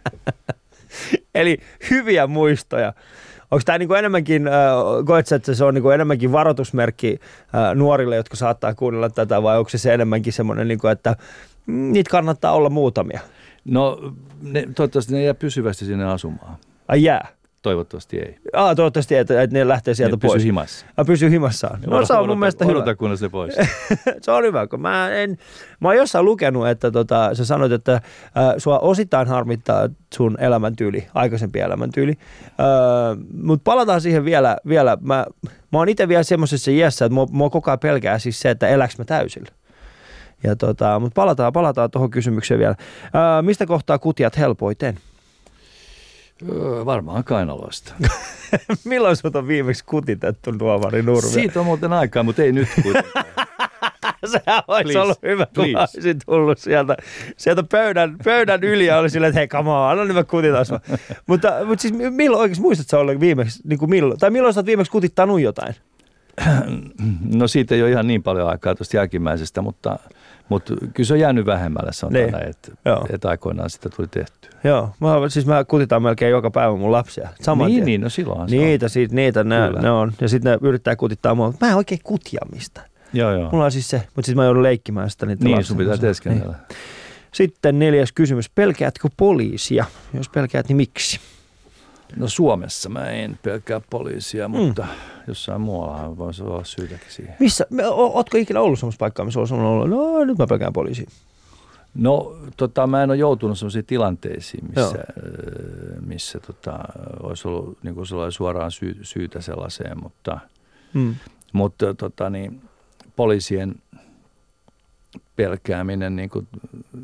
Eli hyviä muistoja. Onko tämä niinku enemmänkin, äh, koet sä, että se on niinku enemmänkin varoitusmerkki äh, nuorille, jotka saattaa kuunnella tätä, vai onko se, se enemmänkin semmoinen, niinku, että mm, niitä kannattaa olla muutamia? No, ne, toivottavasti ne jää pysyvästi sinne asumaan. Ai jää? Toivottavasti ei. Ah, toivottavasti, että, että ne lähtee sieltä ne pois. Pysyy himassa. Ah, pysyy himassaan. No, no se on mun odota, mielestä odota, hyvä. Odota, kunnes ne pois. Se on hyvä, kun mä en, mä oon jossain lukenut, että tota, sä sanoit, että äh, sua osittain harmittaa sun elämäntyyli, aikaisempi elämäntyyli. Äh, Mutta palataan siihen vielä. vielä. Mä, mä oon itse vielä semmoisessa iässä, että mua, mua koko ajan pelkää siis se, että eläks mä täysillä. Ja tota, mutta palataan, palataan tuohon kysymykseen vielä. Äh, mistä kohtaa kutiat helpoiten? Öö, varmaan kainaloista. Milloin sut on viimeksi kutitettu, Tuovari Nurmi? Siitä on muuten aikaa, mutta ei nyt kuitenkaan. Sehän olisi please, ollut hyvä, kun mä olisin tullut sieltä, sieltä pöydän, pöydän yli ja oli silleen, että hei, come on, anna nyt mä kutitaan sua. mutta, mutta siis milloin oikeasti muistat sä olleen viimeksi, niin kuin milloin, tai milloin sä oot viimeksi kutittanut jotain? No siitä ei ole ihan niin paljon aikaa tuosta jälkimmäisestä, mutta, mutta kyllä se on jäänyt vähemmälle, sanotaan näin, että, että aikoinaan sitä tuli tehtyä. Joo, mä, siis mä kutitaan melkein joka päivä mun lapsia. Saman niin, tien. niin, no silloinhan niitä, se on. Niitä, niitä ne, ne on. Ja sitten ne yrittää kutittaa mua, mä en oikein kutia mistään. Joo, joo. Mulla on siis se, mutta sitten mä joudun leikkimään sitä niitä niin, lapsia. sun pitää teeskennellä. Niin. Sitten neljäs kysymys, pelkäätkö poliisia? Jos pelkäät, niin miksi? No Suomessa mä en pelkää poliisia, mutta mm. jossain muualla voisi olla syytäkin siihen. Missä? Ootko ikinä ollut semmoista paikkaa, missä olisi ollut, no nyt mä pelkään poliisia? No tota, mä en ole joutunut semmoisiin tilanteisiin, missä, missä tota, olisi ollut niin kuin suoraan syy, syytä sellaiseen, mutta, mm. mutta tota, niin, poliisien pelkääminen, niin kuin,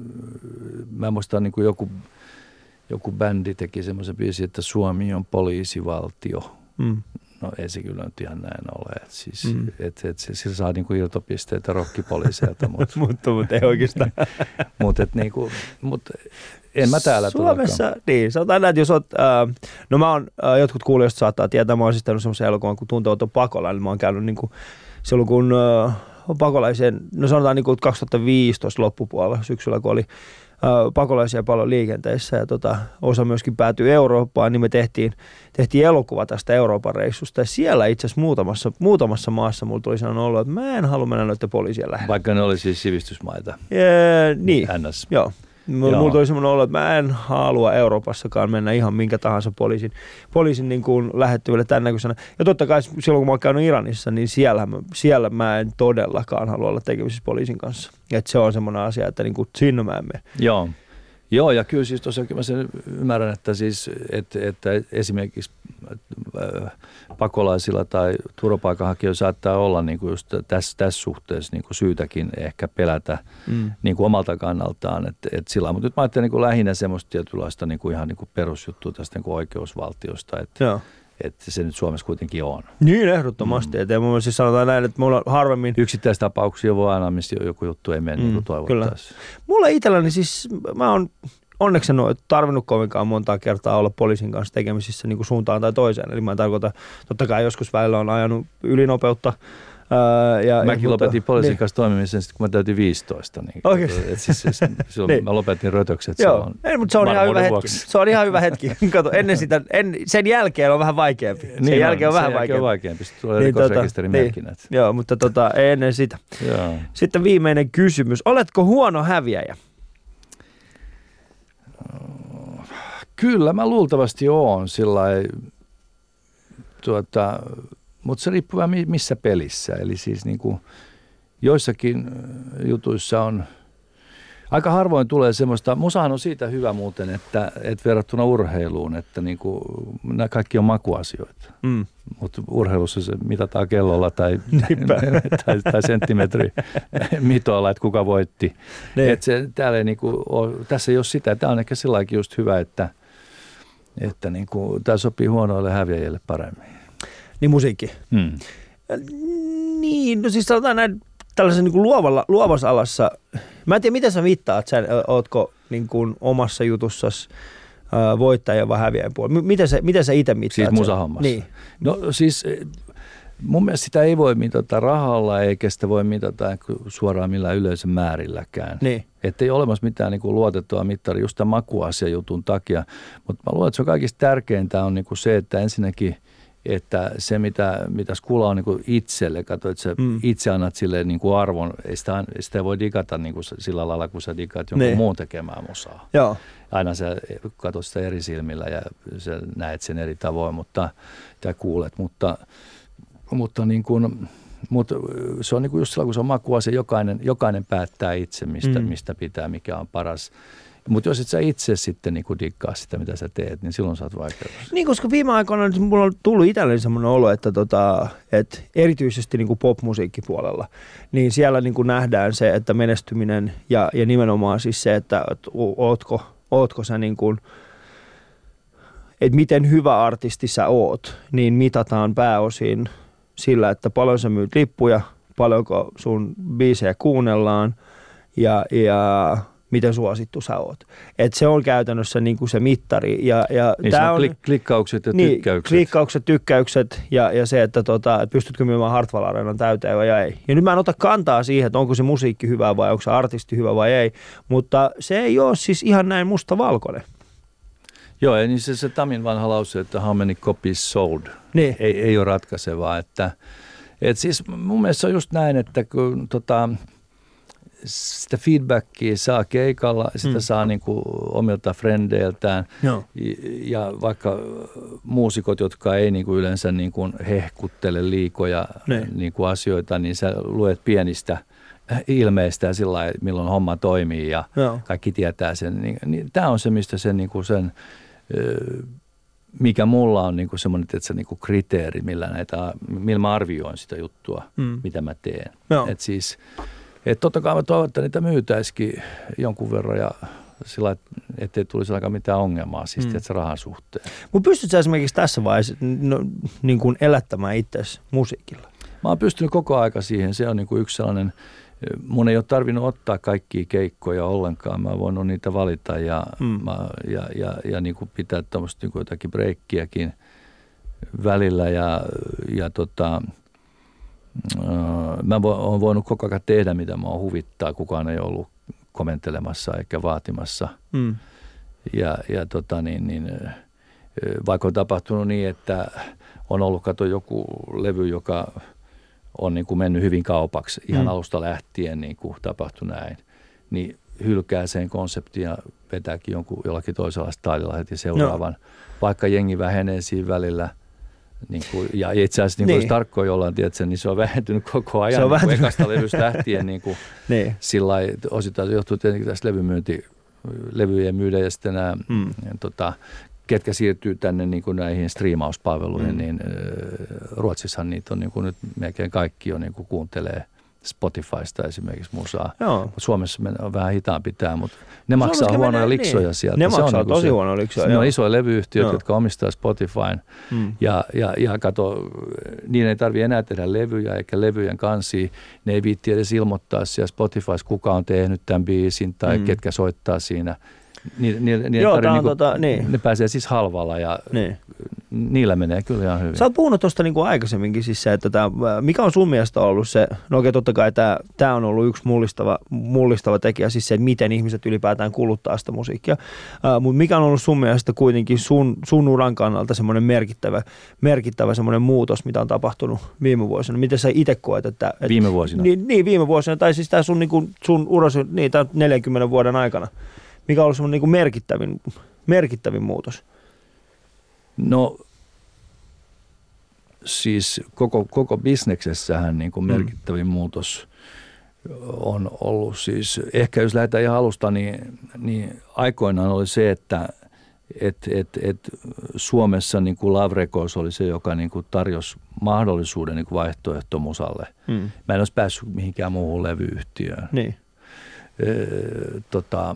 mä muistan niin kuin joku, joku bändi teki semmoisen biisin, että Suomi on poliisivaltio. Mm. No ei se kyllä nyt ihan näin ole. Et siis, mm. et, et se, sillä saa niinku irtopisteitä rokkipoliiseilta. Mutta mutta mut ei oikeastaan. Mutta niinku, mut en mä täällä Suomessa, todellakaan. niin, sanotaan näin, että jos oot, äh, no mä oon, äh, jotkut kuulijat saattaa tietää, mä oon siis tehnyt semmoisen elokuvan kuin Tuntematon pakolainen. Mä oon käynyt niinku, silloin kun äh, pakolaisen, no sanotaan niinku kaksituhattaviisitoista loppupuolella syksyllä, kun oli pakolaisia paljon liikenteessä ja tota, osa myöskin päätyi Eurooppaan, niin me tehtiin, tehtiin elokuva tästä Euroopan reissusta. Ja siellä itse asiassa muutamassa, muutamassa maassa mulla tuli sellainen olo, että mä en halua mennä noiden poliisien lähelle. Vaikka ne oli siis sivistysmaita. Jee, niin, N S. joo. Mulla tuli semmoinen olo, että mä en halua Euroopassakaan mennä ihan minkä tahansa poliisin, poliisin niin kuin lähettyville tämän näköisenä. Ja totta kai silloin, kun mä oon käynyt Iranissa, niin siellä, siellä mä en todellakaan halua olla tekemisissä poliisin kanssa. Että se on semmoinen asia, että niin kuin sinne mä en mene. Joo. Joo, ja kyllä siis tosiaankin mä sen ymmärrän, että, siis, että, että esimerkiksi pakolaisilla tai turvapaikanhakijoilla saattaa olla niin kuin just tässä, tässä suhteessa niin kuin syytäkin ehkä pelätä mm. niin kuin omalta kannaltaan. Että, että sillä, mutta nyt mä ajattelen niin kuin lähinnä semmoista tietynlaista niin kuin ihan niin kuin perusjuttua tästä niin kuin oikeusvaltiosta, että, Joo. että se nyt Suomessa kuitenkin on. Niin, ehdottomasti. Mm. Ja mun siis sanotaan näin, että mulla harvemmin yksittäistapauksia voi aina, missä joku juttu ei mene mm, niin kuin toivottaisiin. Mulla itselläni siis, mä oon onneksi en ole tarvinnut kovinkaan montaa kertaa olla poliisin kanssa tekemisissä niin kuin suuntaan tai toiseen. Eli mä tarkoitan, totta kai joskus välillä on ajanut ylinopeutta. Ää, ja, Mäkin ja, lopetin mutta, poliisin niin. kanssa toimimisen sitten, kun mä täytin viisitoista. Niin, Oikeasti? et siis, siis, silloin niin. mä lopetin rötökset. Joo, ei, mutta se on ihan hyvä hetki. Se on ihan hyvä hetki. Kato, ennen sitä, en, sen jälkeen on vähän vaikeampi. Sen niin jälkeen on, on vähän vaikeampi. vaikeampi. vaikeampi. Sitten tulee niin, rikosrekisterimerkinnät. Niin. Joo, mutta tota, ennen sitä. Joo. Sitten viimeinen kysymys. Oletko huono häviäjä? Kyllä, mä luultavasti oon sillai, tuota, mutta se riippuu vähän missä pelissä. Eli siis niin kuin joissakin jutuissa on, aika harvoin tulee semmoista, musahan on siitä hyvä muuten, että, että verrattuna urheiluun, että niin kuin, nämä kaikki on makuasioita. Mm. Mutta urheilussa se mitataan kellolla tai, tai, tai senttimetri mitoilla, että kuka voitti. Et se, täällä ei niin kuin ole, tässä ei ole sitä. Tämä on ehkä sellainen just hyvä, että, että niin kuin, tämä sopii huonoille häviäjille paremmin. Niin musiikki. Hmm. Niin, no siis sanotaan näin tällaisen niin kuin luovalla, luovassa alassa. Mä en tiedä, miten sä mittaat sen, ootko niin kuin omassa jutussasi voittajan vai häviäjän puolella. Miten sä, miten sä itse mittaat? Siis musahommassa? Niin. No siis mun mielestä sitä ei voi mitata rahalla eikä sitä voi mitata suoraan millään yleisön määrilläkään. Niin. Että ei ole olemassa mitään niin kuin luotettua mittaria just tämän makuasiajutun takia. Mutta mä luulen, että se on kaikista tärkeintä on niin kuin se, että ensinnäkin että se, mitä, mitä skula on niin kuin itselle, katso, että sä mm. itse annat sille niin kuin arvon, ei sitä, sitä voi digata niin kuin sillä lailla, kun sä digaat jonkun ne. muun tekemään musaa. Joo. Aina sä katsot sitä eri silmillä ja sä näet sen eri tavoin, mutta, ja kuulet, mutta, mutta, niin kuin, mutta se on niin kuin just sillä, kun se on makuasia, jokainen, jokainen päättää itse, mistä, mm. mistä pitää, mikä on paras. Mutta jos et sä itse sitten niin diggaa sitä, mitä sä teet, niin silloin sä oot vaikeudessa. Niin, koska viime aikoina mulla on tullut itselleni semmoinen olo, että, tota, että erityisesti niin kuin popmusiikkipuolella, niin siellä niin kuin nähdään se, että menestyminen ja, ja nimenomaan siis se, että ootko, ootko sä niin kuin, että miten hyvä artisti sä oot, niin mitataan pääosin sillä, että paljon sä myyt lippuja, paljonko sun biisejä kuunnellaan ja, ja miten suosittu sä oot. Et se on käytännössä niinku se mittari. Ja, ja niin tää se on on klik- klikkaukset ja niin, tykkäykset. Klikkaukset, tykkäykset ja, ja se, että tota, et pystytkö myymään Hartwall Areenan täyteen vai ei. Ja nyt mä en ota kantaa siihen, että onko se musiikki hyvä vai onko se artisti hyvä vai ei. Mutta se ei ole siis ihan näin mustavalkoinen. Joo, ja niin se, se Tamin vanha lause, että how many copies sold, niin. ei, ei ole ratkaisevaa. Että, et siis mun mielestä se on just näin, että kun tota, sitä feedbackia saa keikalla, sitä mm. saa niin kuin omilta frendeiltään. Joo. Ja vaikka muusikot, jotka ei niin kuin yleensä niin kuin hehkuttele liikoja niin kuin asioita, niin sä luet pienistä ilmeistä sillä lailla, milloin homma toimii ja Joo. kaikki tietää sen. Niin, niin, tämä on se, mistä sen, niin kuin sen mikä mulla on niin kuin semmoinen että se, niin kuin kriteeri, millä, näitä, millä mä arvioin sitä juttua, mm. mitä mä teen. Että siis, et totta kai mä toivon, että niitä myytäisikin jonkun verran ja sillä ettei tulisi aika mitään ongelmaa siis Mm. tietysti rahan suhteen. Mutta pystytkö sä esimerkiksi tässä vaiheessa no, niin kuin elättämään itsesi musiikilla? Mä oon pystynyt koko aika siihen. Se on niin kuin yksi sellainen, mun ei ole tarvinnut ottaa kaikkia keikkoja ollenkaan. Mä oon voinut niitä valita ja, Mm. mä, ja, ja, ja niin kuin pitää tämmöistä niin kuin jotakin breikkiäkin välillä. Ja, ja tota, mä oon voinut koko ajan tehdä, mitä mä oon huvittaa. Kukaan ei ollut komentelemassa eikä vaatimassa. Mm. Ja, ja tota niin, niin, vaikka on tapahtunut niin, että on ollut kato joku levy, joka on niin kuin mennyt hyvin kaupaksi ihan Mm. alusta lähtien, niin kuin tapahtui näin, niin hylkää sen konseptin ja vetääkin jonkun, jollakin toisella stylilla heti seuraavan, no. vaikka jengi vähenee siinä välillä. Niin kuin, ja itse asiassa niin kuin niin. jos tarkkoja jollain, tiedätkö, niin se on vähentynyt koko ajan, Se on niin kuin vähentynyt. ekasta levystä lähtien. Niin kuin niin. sillä lailla, osittain johtuu tietenkin tästä levymyynti, levyjen myydä ja sitten nämä, Mm. tota, ketkä siirtyy tänne niin kuin näihin striimauspalveluihin, Mm. niin Ruotsissahan niitä on niin kuin nyt melkein kaikki on niin kuin kuuntelee Spotifysta esimerkiksi musaa. Joo. Suomessa on vähän hitaampi tämä, mutta ne maksaa Suomessa huonoja menee, liksoja niin. sieltä. Ne se maksaa on tosi se, huonoja liksoja. Ne joo. on isoja levyyhtiöt, Joo. jotka omistaa Spotifyn. Mm. Ja, ja, ja kato, niin ei tarvitse enää tehdä levyjä eikä levyjen kansia. Ne ei viitti edes ilmoittaa siellä Spotifys, kuka on tehnyt tämän biisin tai Mm. ketkä soittaa siinä. Ni, ni, ni Joo, tää on niinku, tota, niin. ne pääsee siis halvalla ja Niin. niillä menee kyllä ihan hyvin. Sä oot puhunut tuosta niinku aikaisemminkin siis se, että tää, mikä on sun mielestä ollut se, no okei totta kai tämä tää on ollut yksi mullistava, mullistava tekijä, siis se, että miten ihmiset ylipäätään kuluttaa sitä musiikkia, uh, mutta mikä on ollut sun mielestä kuitenkin sun, sun uran kannalta semmoinen merkittävä, merkittävä semmoinen muutos, mitä on tapahtunut viime vuosina? Miten sä itse koet, että... että Viime vuosina? Niin, niin viime vuosina, tai siis tämä sun, niinku, sun urasi niin, tää neljänkymmenen vuoden aikana. Mikä on ollut semmoinen niinku merkittävin, merkittävin muutos? No siis koko, koko bisneksessähän niin kuin merkittävin mm. muutos on ollut siis, ehkä jos lähdetään ihan alusta, niin, niin aikoinaan oli se, että et, et, et Suomessa niin kuin Love Records oli se, joka niin kuin tarjosi mahdollisuuden niin kuin vaihtoehtomusalle. Mm. Mä en olisi päässyt mihinkään muuhun levyyhtiöön. Niin. Tota,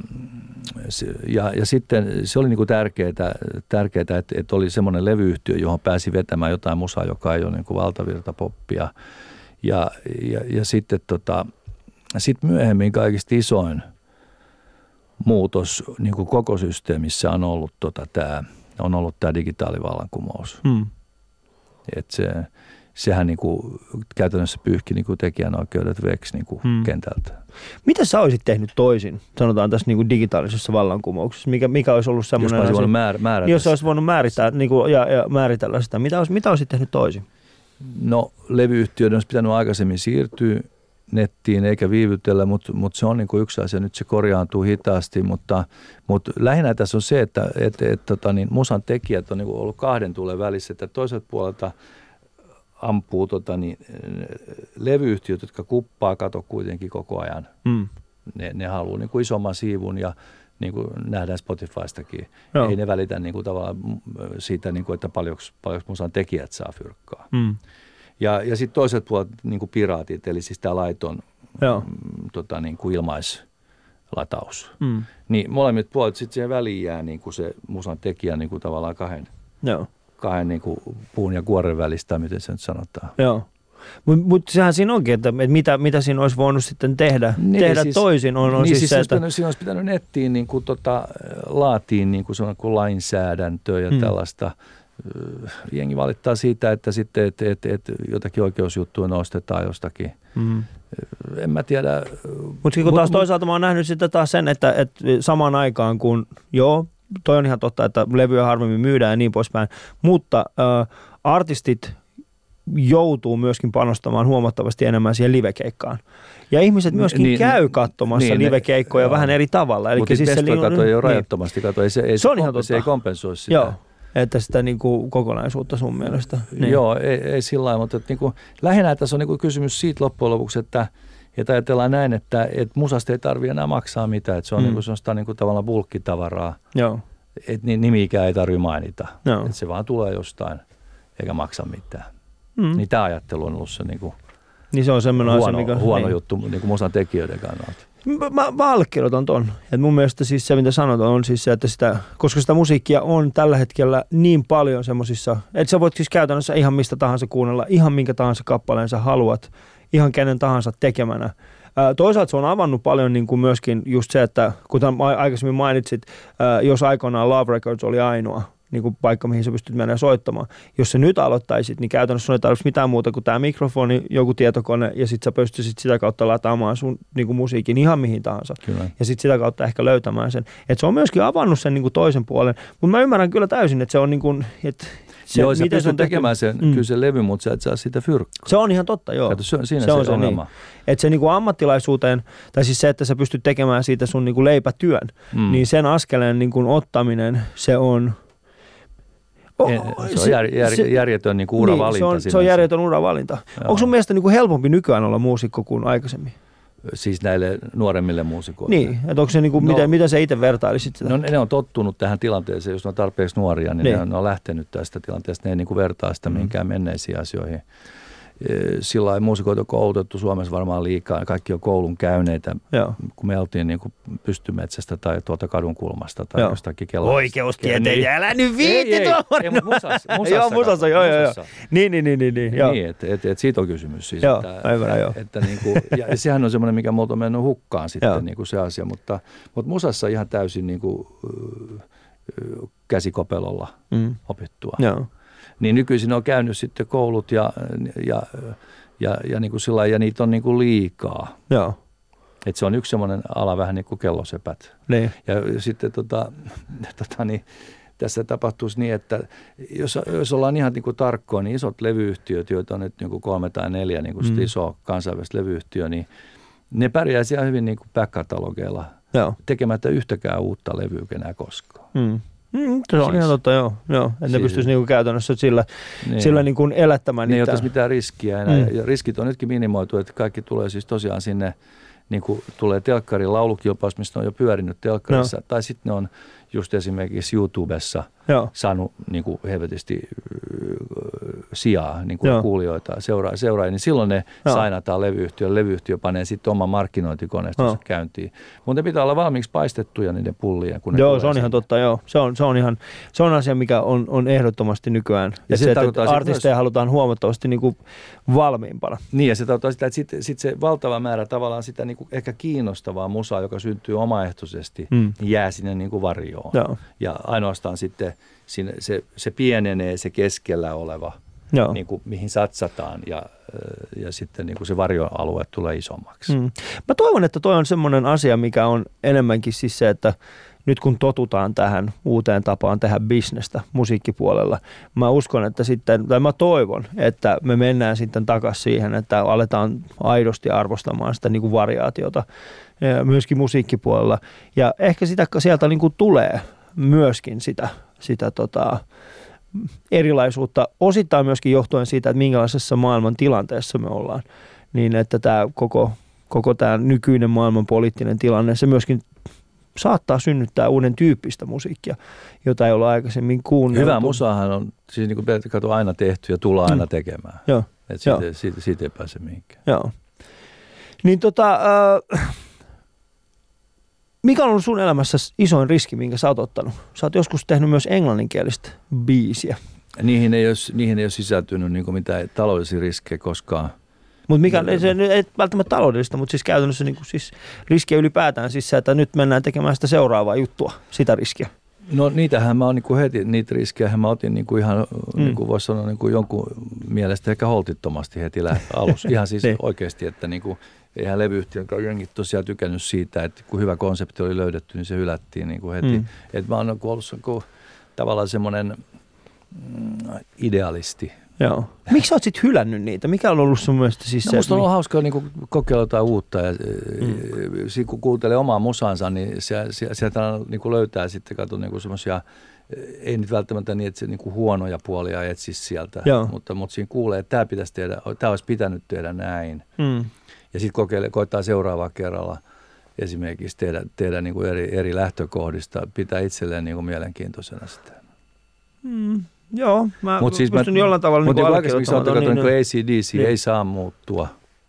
ja, ja sitten se oli niinku tärkeää, tärkeää että, että oli semmoinen levyyhtiö, johon pääsi vetämään jotain musaa, joka ei ole niinku valtavirtapoppia. Ja, ja, ja sitten tota, sit myöhemmin kaikista isoin muutos niinku koko systeemissä on ollut tota, tämä on ollut tämä digitaalivallankumous. Hmm. Et se, sehän niinku käytännössä pyyhki niinku tekijänoikeudet veksi niinku hmm. kentältä. Mitä sä olisit tehnyt toisin, sanotaan tässä niinku digitaalisessa vallankumouksessa? Mikä, mikä olisi ollut semmoinen... Jos mä olisin voinut määr, määrätä. Jos olisi voinut määrittää, niinku, ja, ja määritellä sitä. Mitä, olisi, mitä olisit tehnyt toisin? No levyyhtiöiden olisi pitänyt aikaisemmin siirtyä nettiin eikä viivytellä, mutta, mutta se on niin kuin yksi asia. Nyt se korjaantuu hitaasti, mutta, mutta lähinnä tässä on se, että et, et, tota, niin musan tekijät on niin kuin ollut kahden tuulen välissä, että toiselta puolelta ampuu tota, niin, levyyhtiöt, jotka kuppaa kato kuitenkin koko ajan. Mm. Ne, ne haluaa niin kuin isomman siivun ja niin kuin nähdään Spotifystakin. Joo. Ei ne välitä niin kuin tavallaan siitä, niin kuin, että paljonko, paljonko musan tekijät saa fyrkkaa. Mm. Ja, ja sitten toiselta puolelta niin kuin piraatit, eli siis tämä laiton mm, tota, niin kuin ilmaislataus. Mm. Niin molemmit puolet sitten siihen väliin jää niin kuin se musan tekijä niin kuin tavallaan kahden, Joo. kahden niin kuin puun ja kuoren välistä, miten se nyt sanotaan. Joo. Mutta mut sehän siinä onkin, että, että mitä, mitä siinä olisi voinut sitten tehdä, niin, tehdä siis, toisin. On, on niin siis siis se, että... pitänyt, siinä olisi pitänyt nettiin niin kuin, tota, laatiin niin kuin, kuin lainsäädäntöä ja hmm. tällaista. Jengi valittaa siitä, että sitten et, et, et jotakin oikeusjuttuja nostetaan jostakin. Hmm. En mä tiedä. Mutta kun taas mut, toisaalta mä oon nähnyt sitten taas sen, että, että samaan aikaan kun, joo, toi on ihan totta, että levyjä harvemmin myydään ja niin poispäin, mutta äh, artistit joutuu myöskin panostamaan huomattavasti enemmän siihen livekeikkaan. Ja ihmiset myöskin niin, käy katsomassa niin, livekeikkoja vähän eri tavalla. Mutta siis se kato ei ole rajattomasti. Niin. Kato, ei se, ei se, se, on komp- ihan totta. Se ei kompensoi sitä. Joo, että sitä niin kuin kokonaisuutta sun mielestä. Niin. Joo, ei, ei sillä lailla, mutta niin kuin, lähinnä tässä on niin kuin kysymys siitä loppujen lopuksi, että, että ajatellaan näin, että, että musasta ei tarvitse enää maksaa mitään. Että se on mm. niin kuin, sellaista niin kuin tavallaan bulkkitavaraa. Joo. Että nimikään ei tarvitse mainita. Että se vaan tulee jostain eikä maksa mitään. Mm. Niin tämä ajattelu on ollut se, niin kuin niin se on semmoinen huono, asia, mikä huono niin. juttu niin kuin musan tekijöiden kannalta. Mä, mä allekirjoitan ton. Et mun mielestä siis se, mitä sanot, on siis se, että sitä, koska sitä musiikkia on tällä hetkellä niin paljon semmosissa, että sä voit siis käytännössä ihan mistä tahansa kuunnella, ihan minkä tahansa kappaleen sä haluat, ihan kenen tahansa tekemänä. Ää, toisaalta se on avannut paljon niin kuin myöskin just se, että kuten aikaisemmin mainitsit, ää, jos aikoinaan Love Records oli ainoa niin kuin paikka, mihin sä pystyt menemään soittamaan. Jos sä nyt aloittaisit, niin käytännössä ei tarvitse mitään muuta kuin tämä mikrofoni, joku tietokone, ja sitten sä pystyisit sitä kautta lataamaan sun niin kuin musiikin ihan mihin tahansa. Kyllä. Ja sitten sitä kautta ehkä löytämään sen. Et se on myöskin avannut sen niin kuin toisen puolen, mutta mä ymmärrän kyllä täysin, että se on niin kuin, että se, joo, sä pystyt se tekemään sen, mm. kyllä sen levy, mutta sä et saa sitä fyrkkaa. Se on ihan totta, joo. Kato, se on, siinä se, on se, se ongelma. Niin. Että se niinku ammattilaisuuteen, tai siis se, että sä pystyt tekemään siitä sun niinku leipätyön, mm. niin sen askeleen niinku ottaminen, se on... Oh, se on jär, jär, se, järjetön niinku uravalinta. Niin, se, on, se on järjetön uravalinta. Joo. Onko sun mielestä niinku helpompi nykyään olla muusikko kuin aikaisemmin? Siis näille nuoremmille muusikoille. Niin, että onko se niinku, no, miten, miten sä itse vertailisit sitä? No ne on tottunut tähän tilanteeseen, jos ne on tarpeeksi nuoria, niin, niin. Ne, on, ne on lähtenyt tästä tilanteesta, ne ei niinku vertaa sitä mihinkään menneisiin asioihin. Sillä lailla muusikoita on koulutettu Suomessa varmaan liikaa, kaikki on koulun käyneitä, joo. Kun me oltiin niin kuin pystymetsästä tai tuolta kadun kulmasta tai joo. Jostakin kellosta. Oikeustieteen, niin. Älä nyt viitti tuohon! Ei, mutta musassa. musassa joo, musassa, joo, joo, joo. Niin, niin, niin, niin. Niin, niin että et, et siitä on kysymys siis. Joo, että, aivan, joo. Että, niin kuin, ja sehän on semmoinen, mikä multa on mennyt hukkaan sitten niin kuin se asia, mutta, mutta musassa ihan täysin niin kuin, käsikopelolla mm. opittua. Joo. Niin nykyisin on käynyt sitten koulut ja, ja, ja, ja, niin kuin sillä, ja niitä on niin kuin liikaa. Joo. Et se on yksi semmoinen ala vähän niin kuin kellosepät. Niin. Ja sitten tota, tota, niin, tässä tapahtuisi niin, että jos, jos ollaan ihan niin kuin tarkkoja, niin isot levyyhtiöt, joita on nyt niin kuin kolme tai neljä, niin kuin mm. iso kansainvälistä levyyhtiö, niin ne pärjäisi ihan hyvin niin kuin back-katalogeilla tekemättä yhtäkään uutta levyä enää koskaan. Mm. Mm, se on siis, ihan totta, joo. joo. Että siis, ne pystyisi niinku käytännössä sillä, niin, sillä niinku elättämään niitä. Ne ei ottaisi mitään riskiä enää. Mm. Ja riskit on nytkin minimoitu, että kaikki tulee siis tosiaan sinne, niin kuin tulee telkkarin laulukilpaus, mistä on jo pyörinyt telkkarissa. No. Tai sitten ne on just esimerkiksi YouTubessa joo. saanut niin kuin helvetisti äh, sijaa niin kuin kuulijoita, seuraa, seuraa, niin silloin ne joo. sainataan levyyhtiölle. Levyyhtiö panee sitten oman markkinointikoneistonsa käyntiin. Mutta ne pitää olla valmiiksi paistettuja niiden pullien. Kun ne joo, se on sinne. Ihan totta, joo. Se on, se on, ihan, se on asia, mikä on, on ehdottomasti nykyään. Ja se, että artisteja myös halutaan huomattavasti niin kuin valmiimpana. Niin, ja se tarkoittaa sitä, että sitten sit se valtava määrä tavallaan sitä niin kuin ehkä kiinnostavaa musaa, joka syntyy omaehtoisesti, mm. jää sinne niin kuin varjoon. Joo. Ja ainoastaan sitten sinne, se, se pienenee se keskellä oleva, niin kuin, mihin satsataan ja, ja sitten niin kuin se varjoalue tulee isommaksi. Mm. Mä toivon, että toi on semmoinen asia, mikä on enemmänkin siis se, että nyt kun totutaan tähän uuteen tapaan tehdä bisnestä musiikkipuolella, mä uskon, että sitten, tai mä toivon, että me mennään sitten takaisin siihen, että aletaan aidosti arvostamaan sitä niin kuin variaatiota myöskin musiikkipuolella. Ja ehkä sitä sieltä niin kuin tulee myöskin sitä, sitä tota, erilaisuutta, osittain myöskin johtuen siitä, että minkälaisessa maailman tilanteessa me ollaan. Niin että tämä koko, koko tämä nykyinen maailman poliittinen tilanne, se myöskin saattaa synnyttää uuden tyyppistä musiikkia, jota ei ole aikaisemmin kuunneltu. Hyvä musahan on siis niin kuin kato, aina tehty ja tullaan mm. aina tekemään. Joo. Että siitä, siitä, siitä ei pääse mihinkään. Joo. Niin tota, äh, mikä on ollut sun elämässä isoin riski, minkä sä oot ottanut? Sä oot joskus tehnyt myös englanninkielistä biisiä. Niihin ei ole, niihin ei ole sisältynyt niin kuin mitään taloudellisia riskejä koskaan. Mutta mikä, se ei välttämättä taloudellista, mutta siis käytännössä niin kuin siis riskiä ylipäätään siis se, että nyt mennään tekemään sitä seuraavaa juttua, sitä riskiä. No niitähän mä oon niin kuin heti, niitä riskejä mä otin niin kuin ihan, mm. niin kuin voisi sanoa niin kuin jonkun mielestä ehkä holtittomasti heti alussa. Ihan siis niin. Oikeasti, että niin kuin, eihän levyyhtiön jengit tosiaan tykännyt siitä, että kun hyvä konsepti oli löydetty, niin se hylättiin niin kuin heti. Mm. Että mä oon ollut niin tavallaan semmoinen mm, idealisti. Joo. Miksi sä oot sit hylännyt niitä? Mikä on ollut sun mielestä siis no, se? Musta on ollut hauskaa niin kokeilla jotain uutta ja mm. kun kuuntelee omaa musaansa, niin sieltä niin löytää sitten kato niin semmoisia, ei nyt välttämättä niin, että se niin huonoja puolia etsisi sieltä, mutta, mutta siinä kuulee, että tämä pitäisi tehdä, tämä olisi pitänyt tehdä näin. Mm. Ja sitten koittaa seuraavaa kerralla esimerkiksi tehdä, tehdä niin kuin eri, eri lähtökohdista, pitää itselleen niin kuin mielenkiintoisena sitä. Mm. Joo, mä mut siis pystyn mä, jollain tavalla niin allekirjoittamaan. Mutta niin, niin A C D C niin. ei saa muuttua.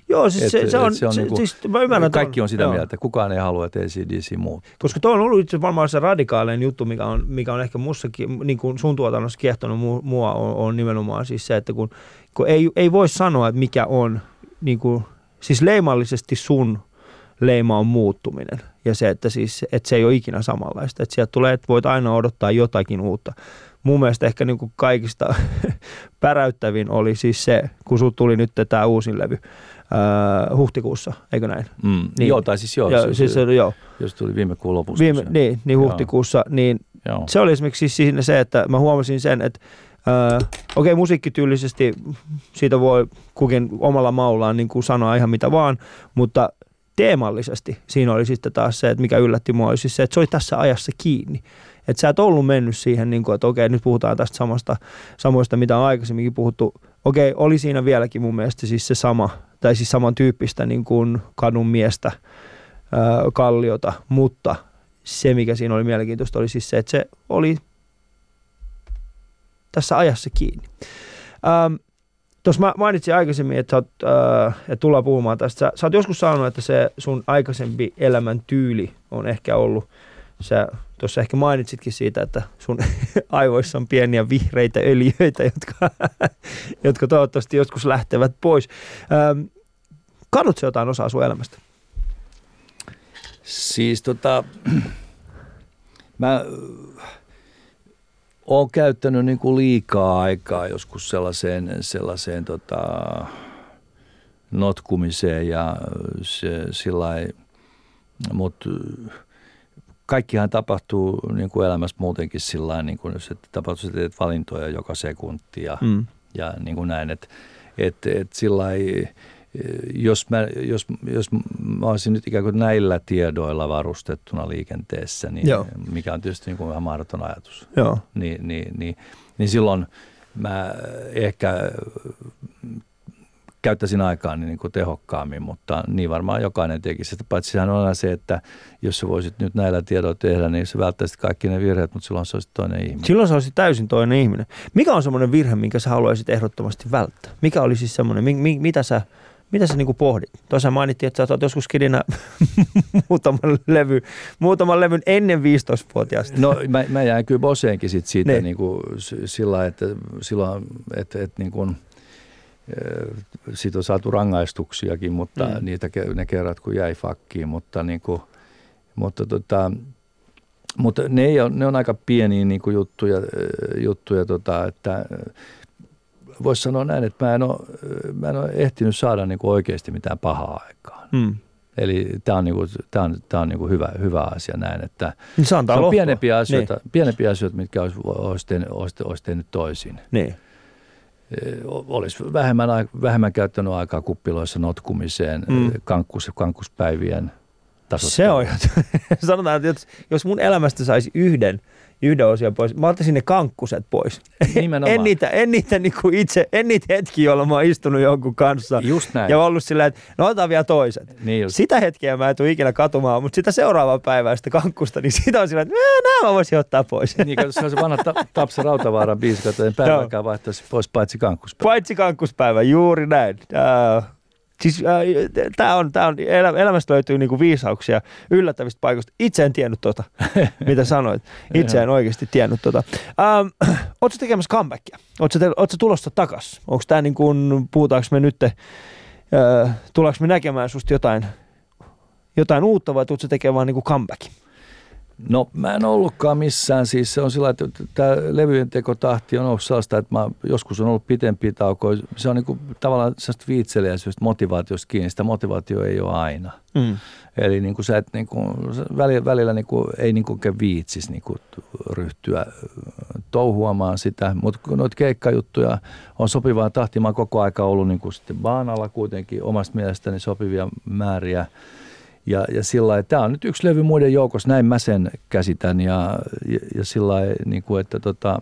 Joo, siis se, et, se on, se on se, niinku, siis mä ymmärrän kaikki on sitä joo. mieltä, että kukaan ei halua, että A C D C muuttuu. Koska tuo on ollut itse varmaan se radikaalein juttu, mikä on, mikä on ehkä mussakin, niin kuin sun tuotannossa kiehtonut mua, on, on nimenomaan siis se, että kun, kun ei, ei voi sanoa, että mikä on, niin kuin, siis leimallisesti sun leima on muuttuminen. Ja se, että, siis, että se ei ole ikinä samanlaista. Että sieltä tulee, että voit aina odottaa jotakin uutta. Mun mielestä ehkä niin kuin kaikista päräyttävin oli siis se, kun sul tuli nyt tämä uusin levy ää, huhtikuussa, eikö näin? Mm. Niin. Joo, tai siis joo. Ja, se, siis, se, joo. Jos tuli viime kuun lopussa. Viime, niin, niin huhtikuussa, joo. Niin joo. Se oli esimerkiksi siis siinä se, että mä huomasin sen, että ää, okei, okay, musiikkityylisesti siitä voi kukin omalla maullaan niin kuin sanoa ihan mitä vaan, mutta teemallisesti siinä oli sitten taas se, että mikä yllätti mua, oli siis se, että se oli tässä ajassa kiinni. Että sä et ollut mennyt siihen, niin kuin, että okei, nyt puhutaan tästä samasta, samoista, mitä on aikaisemminkin puhuttu. Okei, oli siinä vieläkin mun mielestä siis se sama, tai siis samantyyppistä niin kuin kadun miestä, ää, kalliota, mutta se, mikä siinä oli mielenkiintoista, oli siis se, että se oli tässä ajassa kiinni. Ähm, Tuossa mä mainitsin aikaisemmin, että, sä oot, äh, että tullaan puhumaan tästä. Sä, sä oot joskus sanonut, että se sun aikaisempi elämäntyyli on ehkä ollut, sä tuossa ehkä mainitsitkin siitä, että sun aivoissa on pieniä vihreitä öljyitä, jotka, jotka toivottavasti joskus lähtevät pois. Ähm, kadut sä jotain osaa sun elämästä? Siis tota, mä oon käyttänyt niinku liikaa aikaa joskus sellaiseen, sellaiseen tota, notkumiseen ja se, sillai, mut kaikkihan tapahtuu niinku elämässä muutenkin sillain, niinku, että tapahtuu, että teet valintoja joka sekunti ja, mm. ja niinku näin, että et, et sillai, jos mä, jos, jos mä olisin nyt ikään kuin näillä tiedoilla varustettuna liikenteessä, niin Joo. mikä on tietysti niin kuin vähän mahdoton ajatus, Joo. Niin, niin, niin, niin silloin mä ehkä käyttäisin aikaa niin kuin tehokkaammin, mutta niin varmaan jokainen tekisi. Paitsi sehän on aina se, että jos sä voisit nyt näillä tiedoilla tehdä, niin sä välttäisit kaikki ne virheet, mutta silloin sä olisit toinen ihminen. Silloin sä olisit täysin toinen ihminen. Mikä on semmoinen virhe, minkä sä haluaisit ehdottomasti välttää? Mikä oli siis semmoinen, mi, mi, mitä sä Mitä sä niinku pohdit? Tuossa mainittiin, että sä oot joskus kidinä muutaman, levy, muutaman levyn ennen viisitoistavuotiaasta. No mä, mä jäin kyllä Boseenkin sit siitä niin. niinku, sillä, että silloin, että, että niin kuin, siitä on saatu rangaistuksiakin, mutta mm. niitä, ne kerrat kun jäi fakkiin, mutta, niinku, mutta, tota, mutta ne, ei ole, ne on aika pieniä niinku juttuja, juttuja tota, että voisi sanoa näin, että mä en ole, mä en ole ehtinyt saada niinku oikeasti mitään pahaa aikaan. Mm. Eli tämä on, niinku, tää on, tää on niinku hyvä, hyvä asia näin, että niin se, se on pienempiä asioita, niin. pienempiä asioita, mitkä olisi, olisi, tehnyt, olisi, olisi tehnyt toisin. Niin. Olisi vähemmän, vähemmän käyttänyt aikaa kuppiloissa notkumiseen, mm. kankkus, kankkuspäivien tasoittamiseen. Se on, sanotaan, että jos, jos mun elämästä saisi yhden, yhden osion pois. Mä ottaisin ne kankkuset pois. Nimenomaan. En niitä, en niitä niinku itse, en niitä hetkiä, joilla mä oon istunut jonkun kanssa. Just näin. Ja ollut sillä, että no otetaan vielä toiset. Niin sitä hetkeä mä en tule ikinä katumaan, mutta sitä seuraavaa päivää sitä kankkusta, niin sitä on sillä, että nämä mä voisin ottaa pois. Niin, se on se vanha ta- Tapsa Rautavaaran biisi, että en päivääkään vaihtaisi pois paitsi kankkuspäivä. Paitsi kankkuspäivä, juuri näin. Uh, Siis äh, tämä on, tää on, elämästä löytyy niinku viisauksia yllättävistä paikoista. Itse en tiennyt tota, mitä sanoit. Itse en oikeasti tiennyt tota. Ähm, Oletko tekemässä comebackia? Oletko, te, oletko tulossa takas? Onko tämä niin kuin, puhutaanko me nyt, äh, tullaanko me näkemään susta jotain, jotain uutta vai tuletko tekemään vaan niin kuin comebackin? No mä en ollutkaan missään, siis se on sillä, että tämä levyjen tekotahti on ollut sellaista, että mä joskus on ollut pitempiä taukoja. Se on niinku tavallaan sellaista viitseliäisyydestä, motivaatiosta kiinni, sitä motivaatio ei ole aina. Mm. Eli niinku sä et niinku, välillä, välillä niinku, ei niinku viitsis niinku ryhtyä touhuamaan sitä, mutta noita keikkajuttuja on sopivaa tahtia. Mä oon koko aika ollut niinku sitten baanalla kuitenkin omasta mielestäni sopivia määriä. Ja, ja sillä lailla, tämä on nyt yksi levy muiden joukossa, näin mä sen käsitän ja, ja, ja sillä lailla, niin kuin, että tota,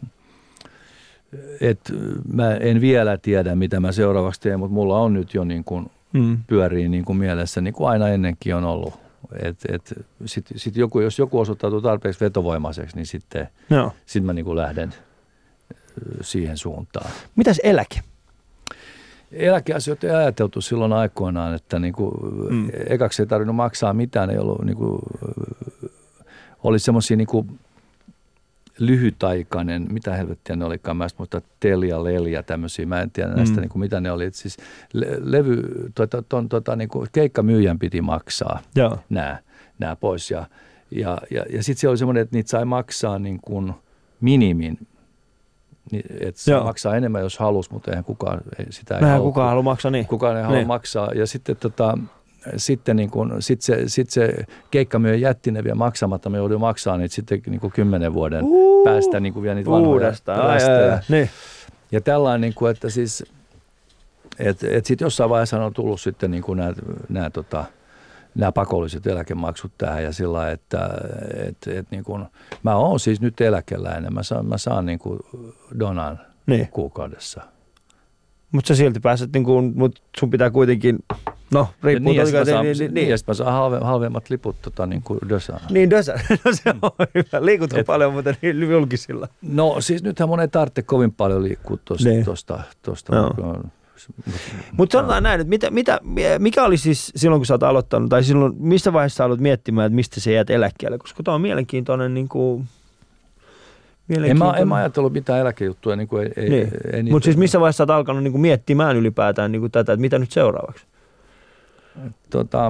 et mä en vielä tiedä, mitä mä seuraavaksi teen, mutta mulla on nyt jo niin kuin mm. pyörii niin kuin mielessä, niin kuin aina ennenkin on ollut. Et, et sit, sit joku, jos joku osoittautuu tarpeeksi vetovoimaiseksi, niin sitten no. sit mä niin kuin lähden siihen suuntaan. Mitäs eläke? eläkeasioita ei ajateltu silloin aikoinaan, että niinku, mm. ekaksi ei tarvinnut maksaa mitään, ei ollut, niinku, oli semmoisia niinku, lyhytaikainen, mitä helvettiä ne olikaan, mä muistan Telia, Lelia, tämmöisiä, mä en tiedä näistä, mm. niinku, mitä ne oli. Et siis le- levy, tuota, ton, tuota, niinku, keikkamyyjän piti maksaa nämä, nämä pois ja, ja, ja, ja sitten se oli semmoinen, että niitä sai maksaa niin kuin minimin. Että se maksaa enemmän, jos halus, mutta eihän kukaan ei sitä ei halua. Kukaan halua maksaa, niin. Kukaan ei halua niin. maksaa. Ja sitten, tota, sitten niin kun, sit se, sit se keikkamyön jätti ne vielä maksamatta. Me joudun maksaa niitä sitten niin kuin kymmenen vuoden uh, päästä niin kuin vielä niitä vanhoja rästejä. Niin. Ja tällainen, niin kuin, että siis, että et sitten jossain vaiheessa on tullut sitten niin kuin nämä, nämä tota, nämä pakolliset eläkemaksut tähän ja sillä, että et, et niin kuin, mä oon siis nyt eläkeläinen, mä saan, mä saan niin kuin donan niin. kuukaudessa. Mutta sä silti pääset, niin kuin, mutta sun pitää kuitenkin, no riippuu. Niin, ja sitten niin, niin. mä saan halve, halvemmat liput tota, niin kuin Dösään. Niin Dösään, no se on hyvä. Liikutko et, paljon muuten julkisilla? No siis nythän mun ei tarvitse kovin paljon liikkua tuosta. Niin. Tosta, tosta, no. Mutta sanotaan näin, että mitä, mitä, mikä oli siis silloin, kun sä oot aloittanut, tai silloin, missä vaiheessa sä aloit miettimään, että mistä sä jäät eläkkeelle? Koska tämä on mielenkiintoinen, niin kuin, mielenkiintoinen. En mä, en mä ajatellut mitään eläkejuttuja. Niin kuin ei, niin. ei, Mutta siis missä vaiheessa sä oot alkanut niin kuin miettimään ylipäätään niin kuin tätä, että mitä nyt seuraavaksi? Tota,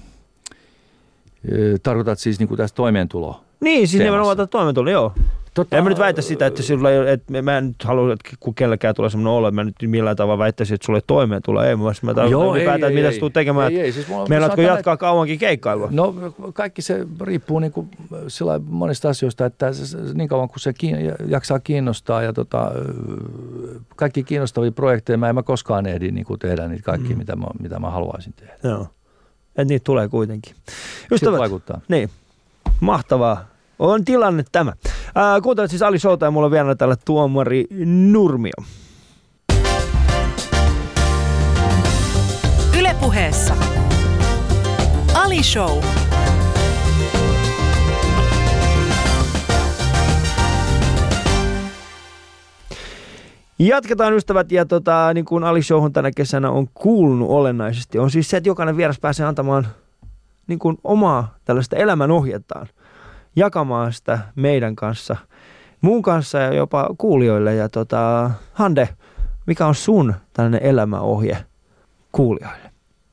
tarkoitat siis niin kuin tästä toimeentuloa? Niin, siis nimenomaan tätä toimeentuloa, joo. Tota, en mä nyt väitä sitä, että, sulla ei, että mä en nyt halua, että kun kellekään tulee semmoinen olo, että mä nyt millään tavalla väittäisin, että sulle ei toimeentuloa. Ei, mä tarkoitan ylipäätään, että mitä sä tulet tekemään. Ei, ei, siis meinaatko jatkaa näitä... kauankin keikkailua? No kaikki se riippuu niin kuin monista asioista, että niin kauan kuin se kiin, jaksaa kiinnostaa ja tota, kaikki kiinnostavia projekteja mä en mä koskaan ehdi niin kuin tehdä niitä kaikki, mm. mitä, mä, mitä mä haluaisin tehdä. Joo, että niitä tulee kuitenkin. Ystävät, vaikuttaa. Niin, mahtavaa. On tilanne tämä. Ää, kuuntelet siis Ali Showta ja mulla on vielä täällä tuomari Nurmio. Yle Puheessa Ali Show. Jatketaan ystävät ja tota, niin kuin Ali Showhun tänä kesänä on kuulunut olennaisesti. On siis se, että jokainen vieras pääsee antamaan niin kuin omaa tällaista elämänohjettaan. Jakamaan sitä meidän kanssa, mun kanssa ja jopa kuulijoille. Ja tota, Hande, mikä on sun tällainen elämäohje kuulijoille?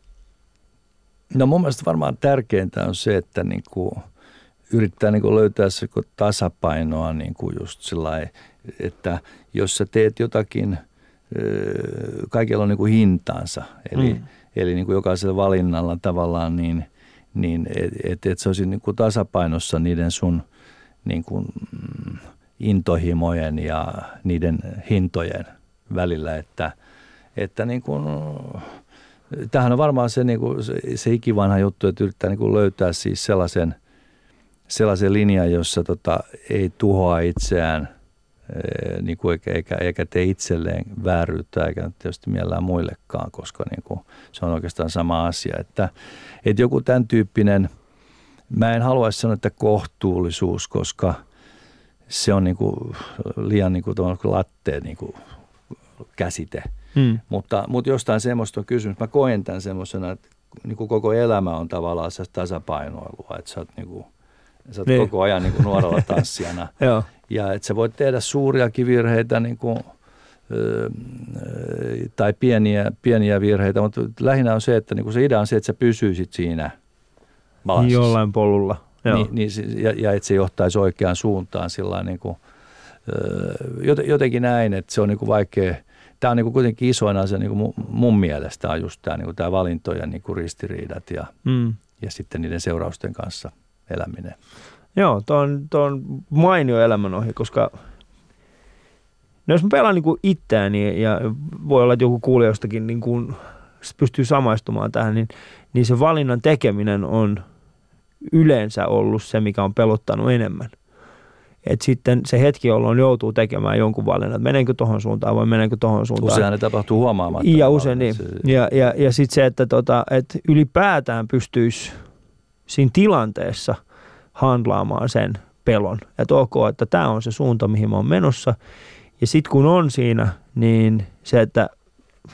No mun mielestä varmaan tärkeintä on se, että niinku yrittää niinku löytää se tasapainoa niinku just sillai, että jos sä teet jotakin, kaikilla on niinku hintaansa. Eli, mm. eli niinku jokaisella valinnalla tavallaan niin niin että et se olisi niin kuin tasapainossa niiden sun niin kuin, mm, intohimojen ja niiden hintojen välillä, että, että niin kuin, tämähän on varmaan se, niin kuin, se, se ikivanha juttu, että yrittää niin kuin löytää siis sellaisen, sellaisen linjan, jossa tota, ei tuhoa itseään niin kuin, eikä, eikä tee itselleen vääryyttä eikä tietysti mielellään muillekaan, koska niin kuin, se on oikeastaan sama asia. Että, että joku tämän tyyppinen, mä en haluaisi sanoa, että kohtuullisuus, koska se on niin kuin, liian niin kuin, latteen niin kuin, käsite. Hmm. Mutta, mutta jostain semmoista on kysymys. Mä koen tämän semmoisena, että niin kuin koko elämä on tavallaan se tasapainoilua, että sä oot, niin kuin, sä oot niin. koko ajan niin kuin nuorella tanssijana. Ja että sä voit tehdä suuriakin virheitä niin kuin, ö, tai pieniä, pieniä virheitä, mutta lähinnä on se, että niin kuin se idea on se, että sä pysyisit siinä balanssissa. Jollain polulla. Niin, niin, ja, ja että se johtaisi oikeaan suuntaan sillain, niin kuin, ö, jotenkin näin, että se on niin kuin vaikea. Tämä on niin kuin kuitenkin isoin asia niin kuin mun mielestä on just tämä, niin kuin tämä valintojen niin kuin ristiriidat ja, mm. ja sitten niiden seurausten kanssa eläminen. Joo, tuo on, on mainio elämänohje, koska no jos mä pelaan niin itseäni ja voi olla, että joku kuulijoistakin niin kuin pystyy samaistumaan tähän, niin, niin se valinnan tekeminen on yleensä ollut se, mikä on pelottanut enemmän. Et sitten se hetki, jolloin joutuu tekemään jonkun valinnan, että menenkö tuohon suuntaan vai menenkö tuohon suuntaan. Useinhan ne tapahtuu huomaamatta. Ja usein niin. Ja, ja, ja sitten se, että tota, et ylipäätään pystyisi siinä tilanteessa handlaamaan sen pelon. Että ok, että tämä on se suunta, mihin mä oon menossa. Ja sitten kun on siinä, niin se, että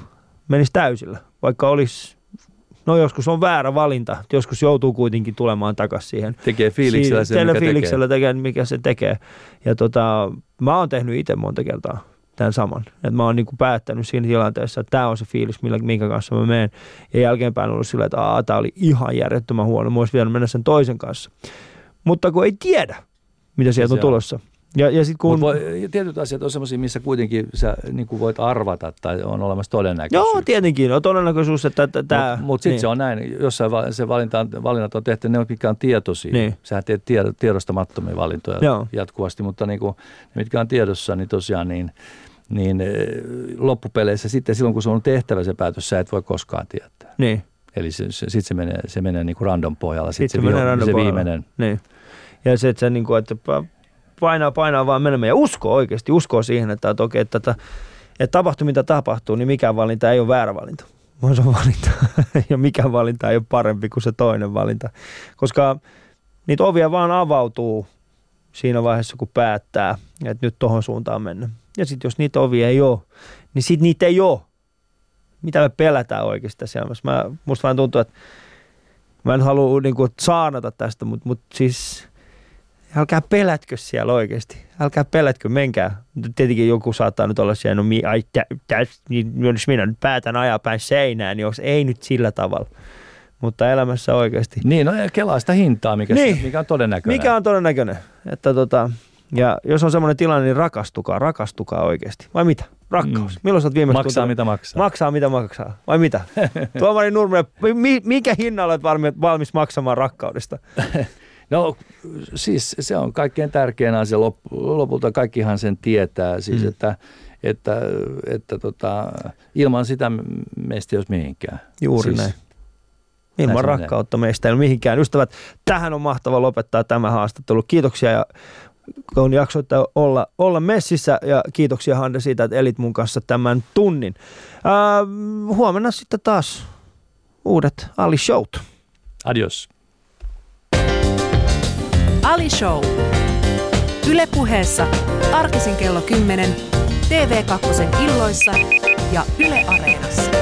menisi täysillä, vaikka olisi, no joskus on väärä valinta, joskus joutuu kuitenkin tulemaan takaisin siihen. Tekee fiiliksellä se, mikä fiiliksellä tekee. tekee, mikä se tekee. Ja tota, mä oon tehnyt itse monta kertaa tämän saman. Et mä oon niinku päättänyt siinä tilanteessa, että tämä on se fiilis, millä, minkä kanssa mä menen. Ja jälkeenpäin on ollut sillä, että aah, tää oli ihan järjettömän huono, mä olisin vielä mennä sen toisen kanssa. Mutta kun ei tiedä, mitä sieltä on tulossa. Ja, ja sit kun... voi, tietyt asiat on sellaisia, missä kuitenkin sä niin kuin voit arvata tai on olemassa todennäköisyys. Joo, tietenkin on todennäköisyys, että tämä... Mutta mut sitten niin. se on näin, jossain se valinta, valinnat on tehty, ne on mitkä on tietoisia. Niin. Sähän teet tiedostamattomia valintoja Joo. jatkuvasti, mutta niin kuin, mitkä on tiedossa, niin tosiaan niin, niin loppupeleissä sitten silloin, kun se on tehtävä se päätös, sä et voi koskaan tietää. Niin. Eli se, se, sitten se menee, se menee niin kuin random pohjalla, sitten Sitten se, se, menee random se pohjalla. viimeinen. Niin. Ja se, että sä niin kuin, että painaa, painaa vaan menemään ja uskoo oikeasti, uskoo siihen, että, että, okei, että, että, että tapahtuu mitä tapahtuu, niin mikään valinta ei ole väärä valinta. Vaan se on valinta. Ja mikään valinta ei ole parempi kuin se toinen valinta. Koska niitä ovia vaan avautuu siinä vaiheessa, kun päättää, että nyt tohon suuntaan mennä. Ja sitten jos niitä ovia ei ole, niin sitten niitä ei ole. Mitä me pelätään oikeasti tässä elämässä? Mä, musta vähän tuntuu, että mä en halua niin kuin saarnata tästä, mutta, mutta siis älkää pelätkö siellä oikeasti. Älkää pelätkö, menkää. Tietenkin joku saattaa nyt olla siellä, no mi, ai, tä, täs, niin, jos minä nyt päätän ajaa päin seinään, niin onko ei nyt sillä tavalla. Mutta elämässä oikeasti. Niin, no kelaa sitä hintaa, mikä, niin. se, mikä on todennäköinen. Mikä on todennäköinen. Että tota, ja jos on semmoinen tilanne, niin rakastukaa, rakastukaa oikeasti. Vai mitä? Rakkaus. Mm. Milloin sä oot viimeistä Maksaa tuntunut? mitä maksaa. Maksaa mitä maksaa. Vai mitä? Tuomari Nurminen, mi, mikä hinnalla olet valmis maksamaan rakkaudesta? No siis se on kaikkein tärkein asia. Lopulta kaikkihan sen tietää. Siis, mm. että, että, että tota, ilman sitä meistä ei olisi mihinkään. Juuri siis, näin. Ilman rakkautta meistä ei ole mihinkään. Ystävät, tähän on mahtava lopettaa tämä haastattelu. Kiitoksia ja on jaksoittaa olla, olla messissä ja kiitoksia Hande siitä, että elit mun kanssa tämän tunnin. Ää, huomenna sitten taas uudet Ali Showt. Adios. Ali Show. Yle Puheessa arkisin kello kymmenen, T V kaksi illoissa ja Yle Areenassa.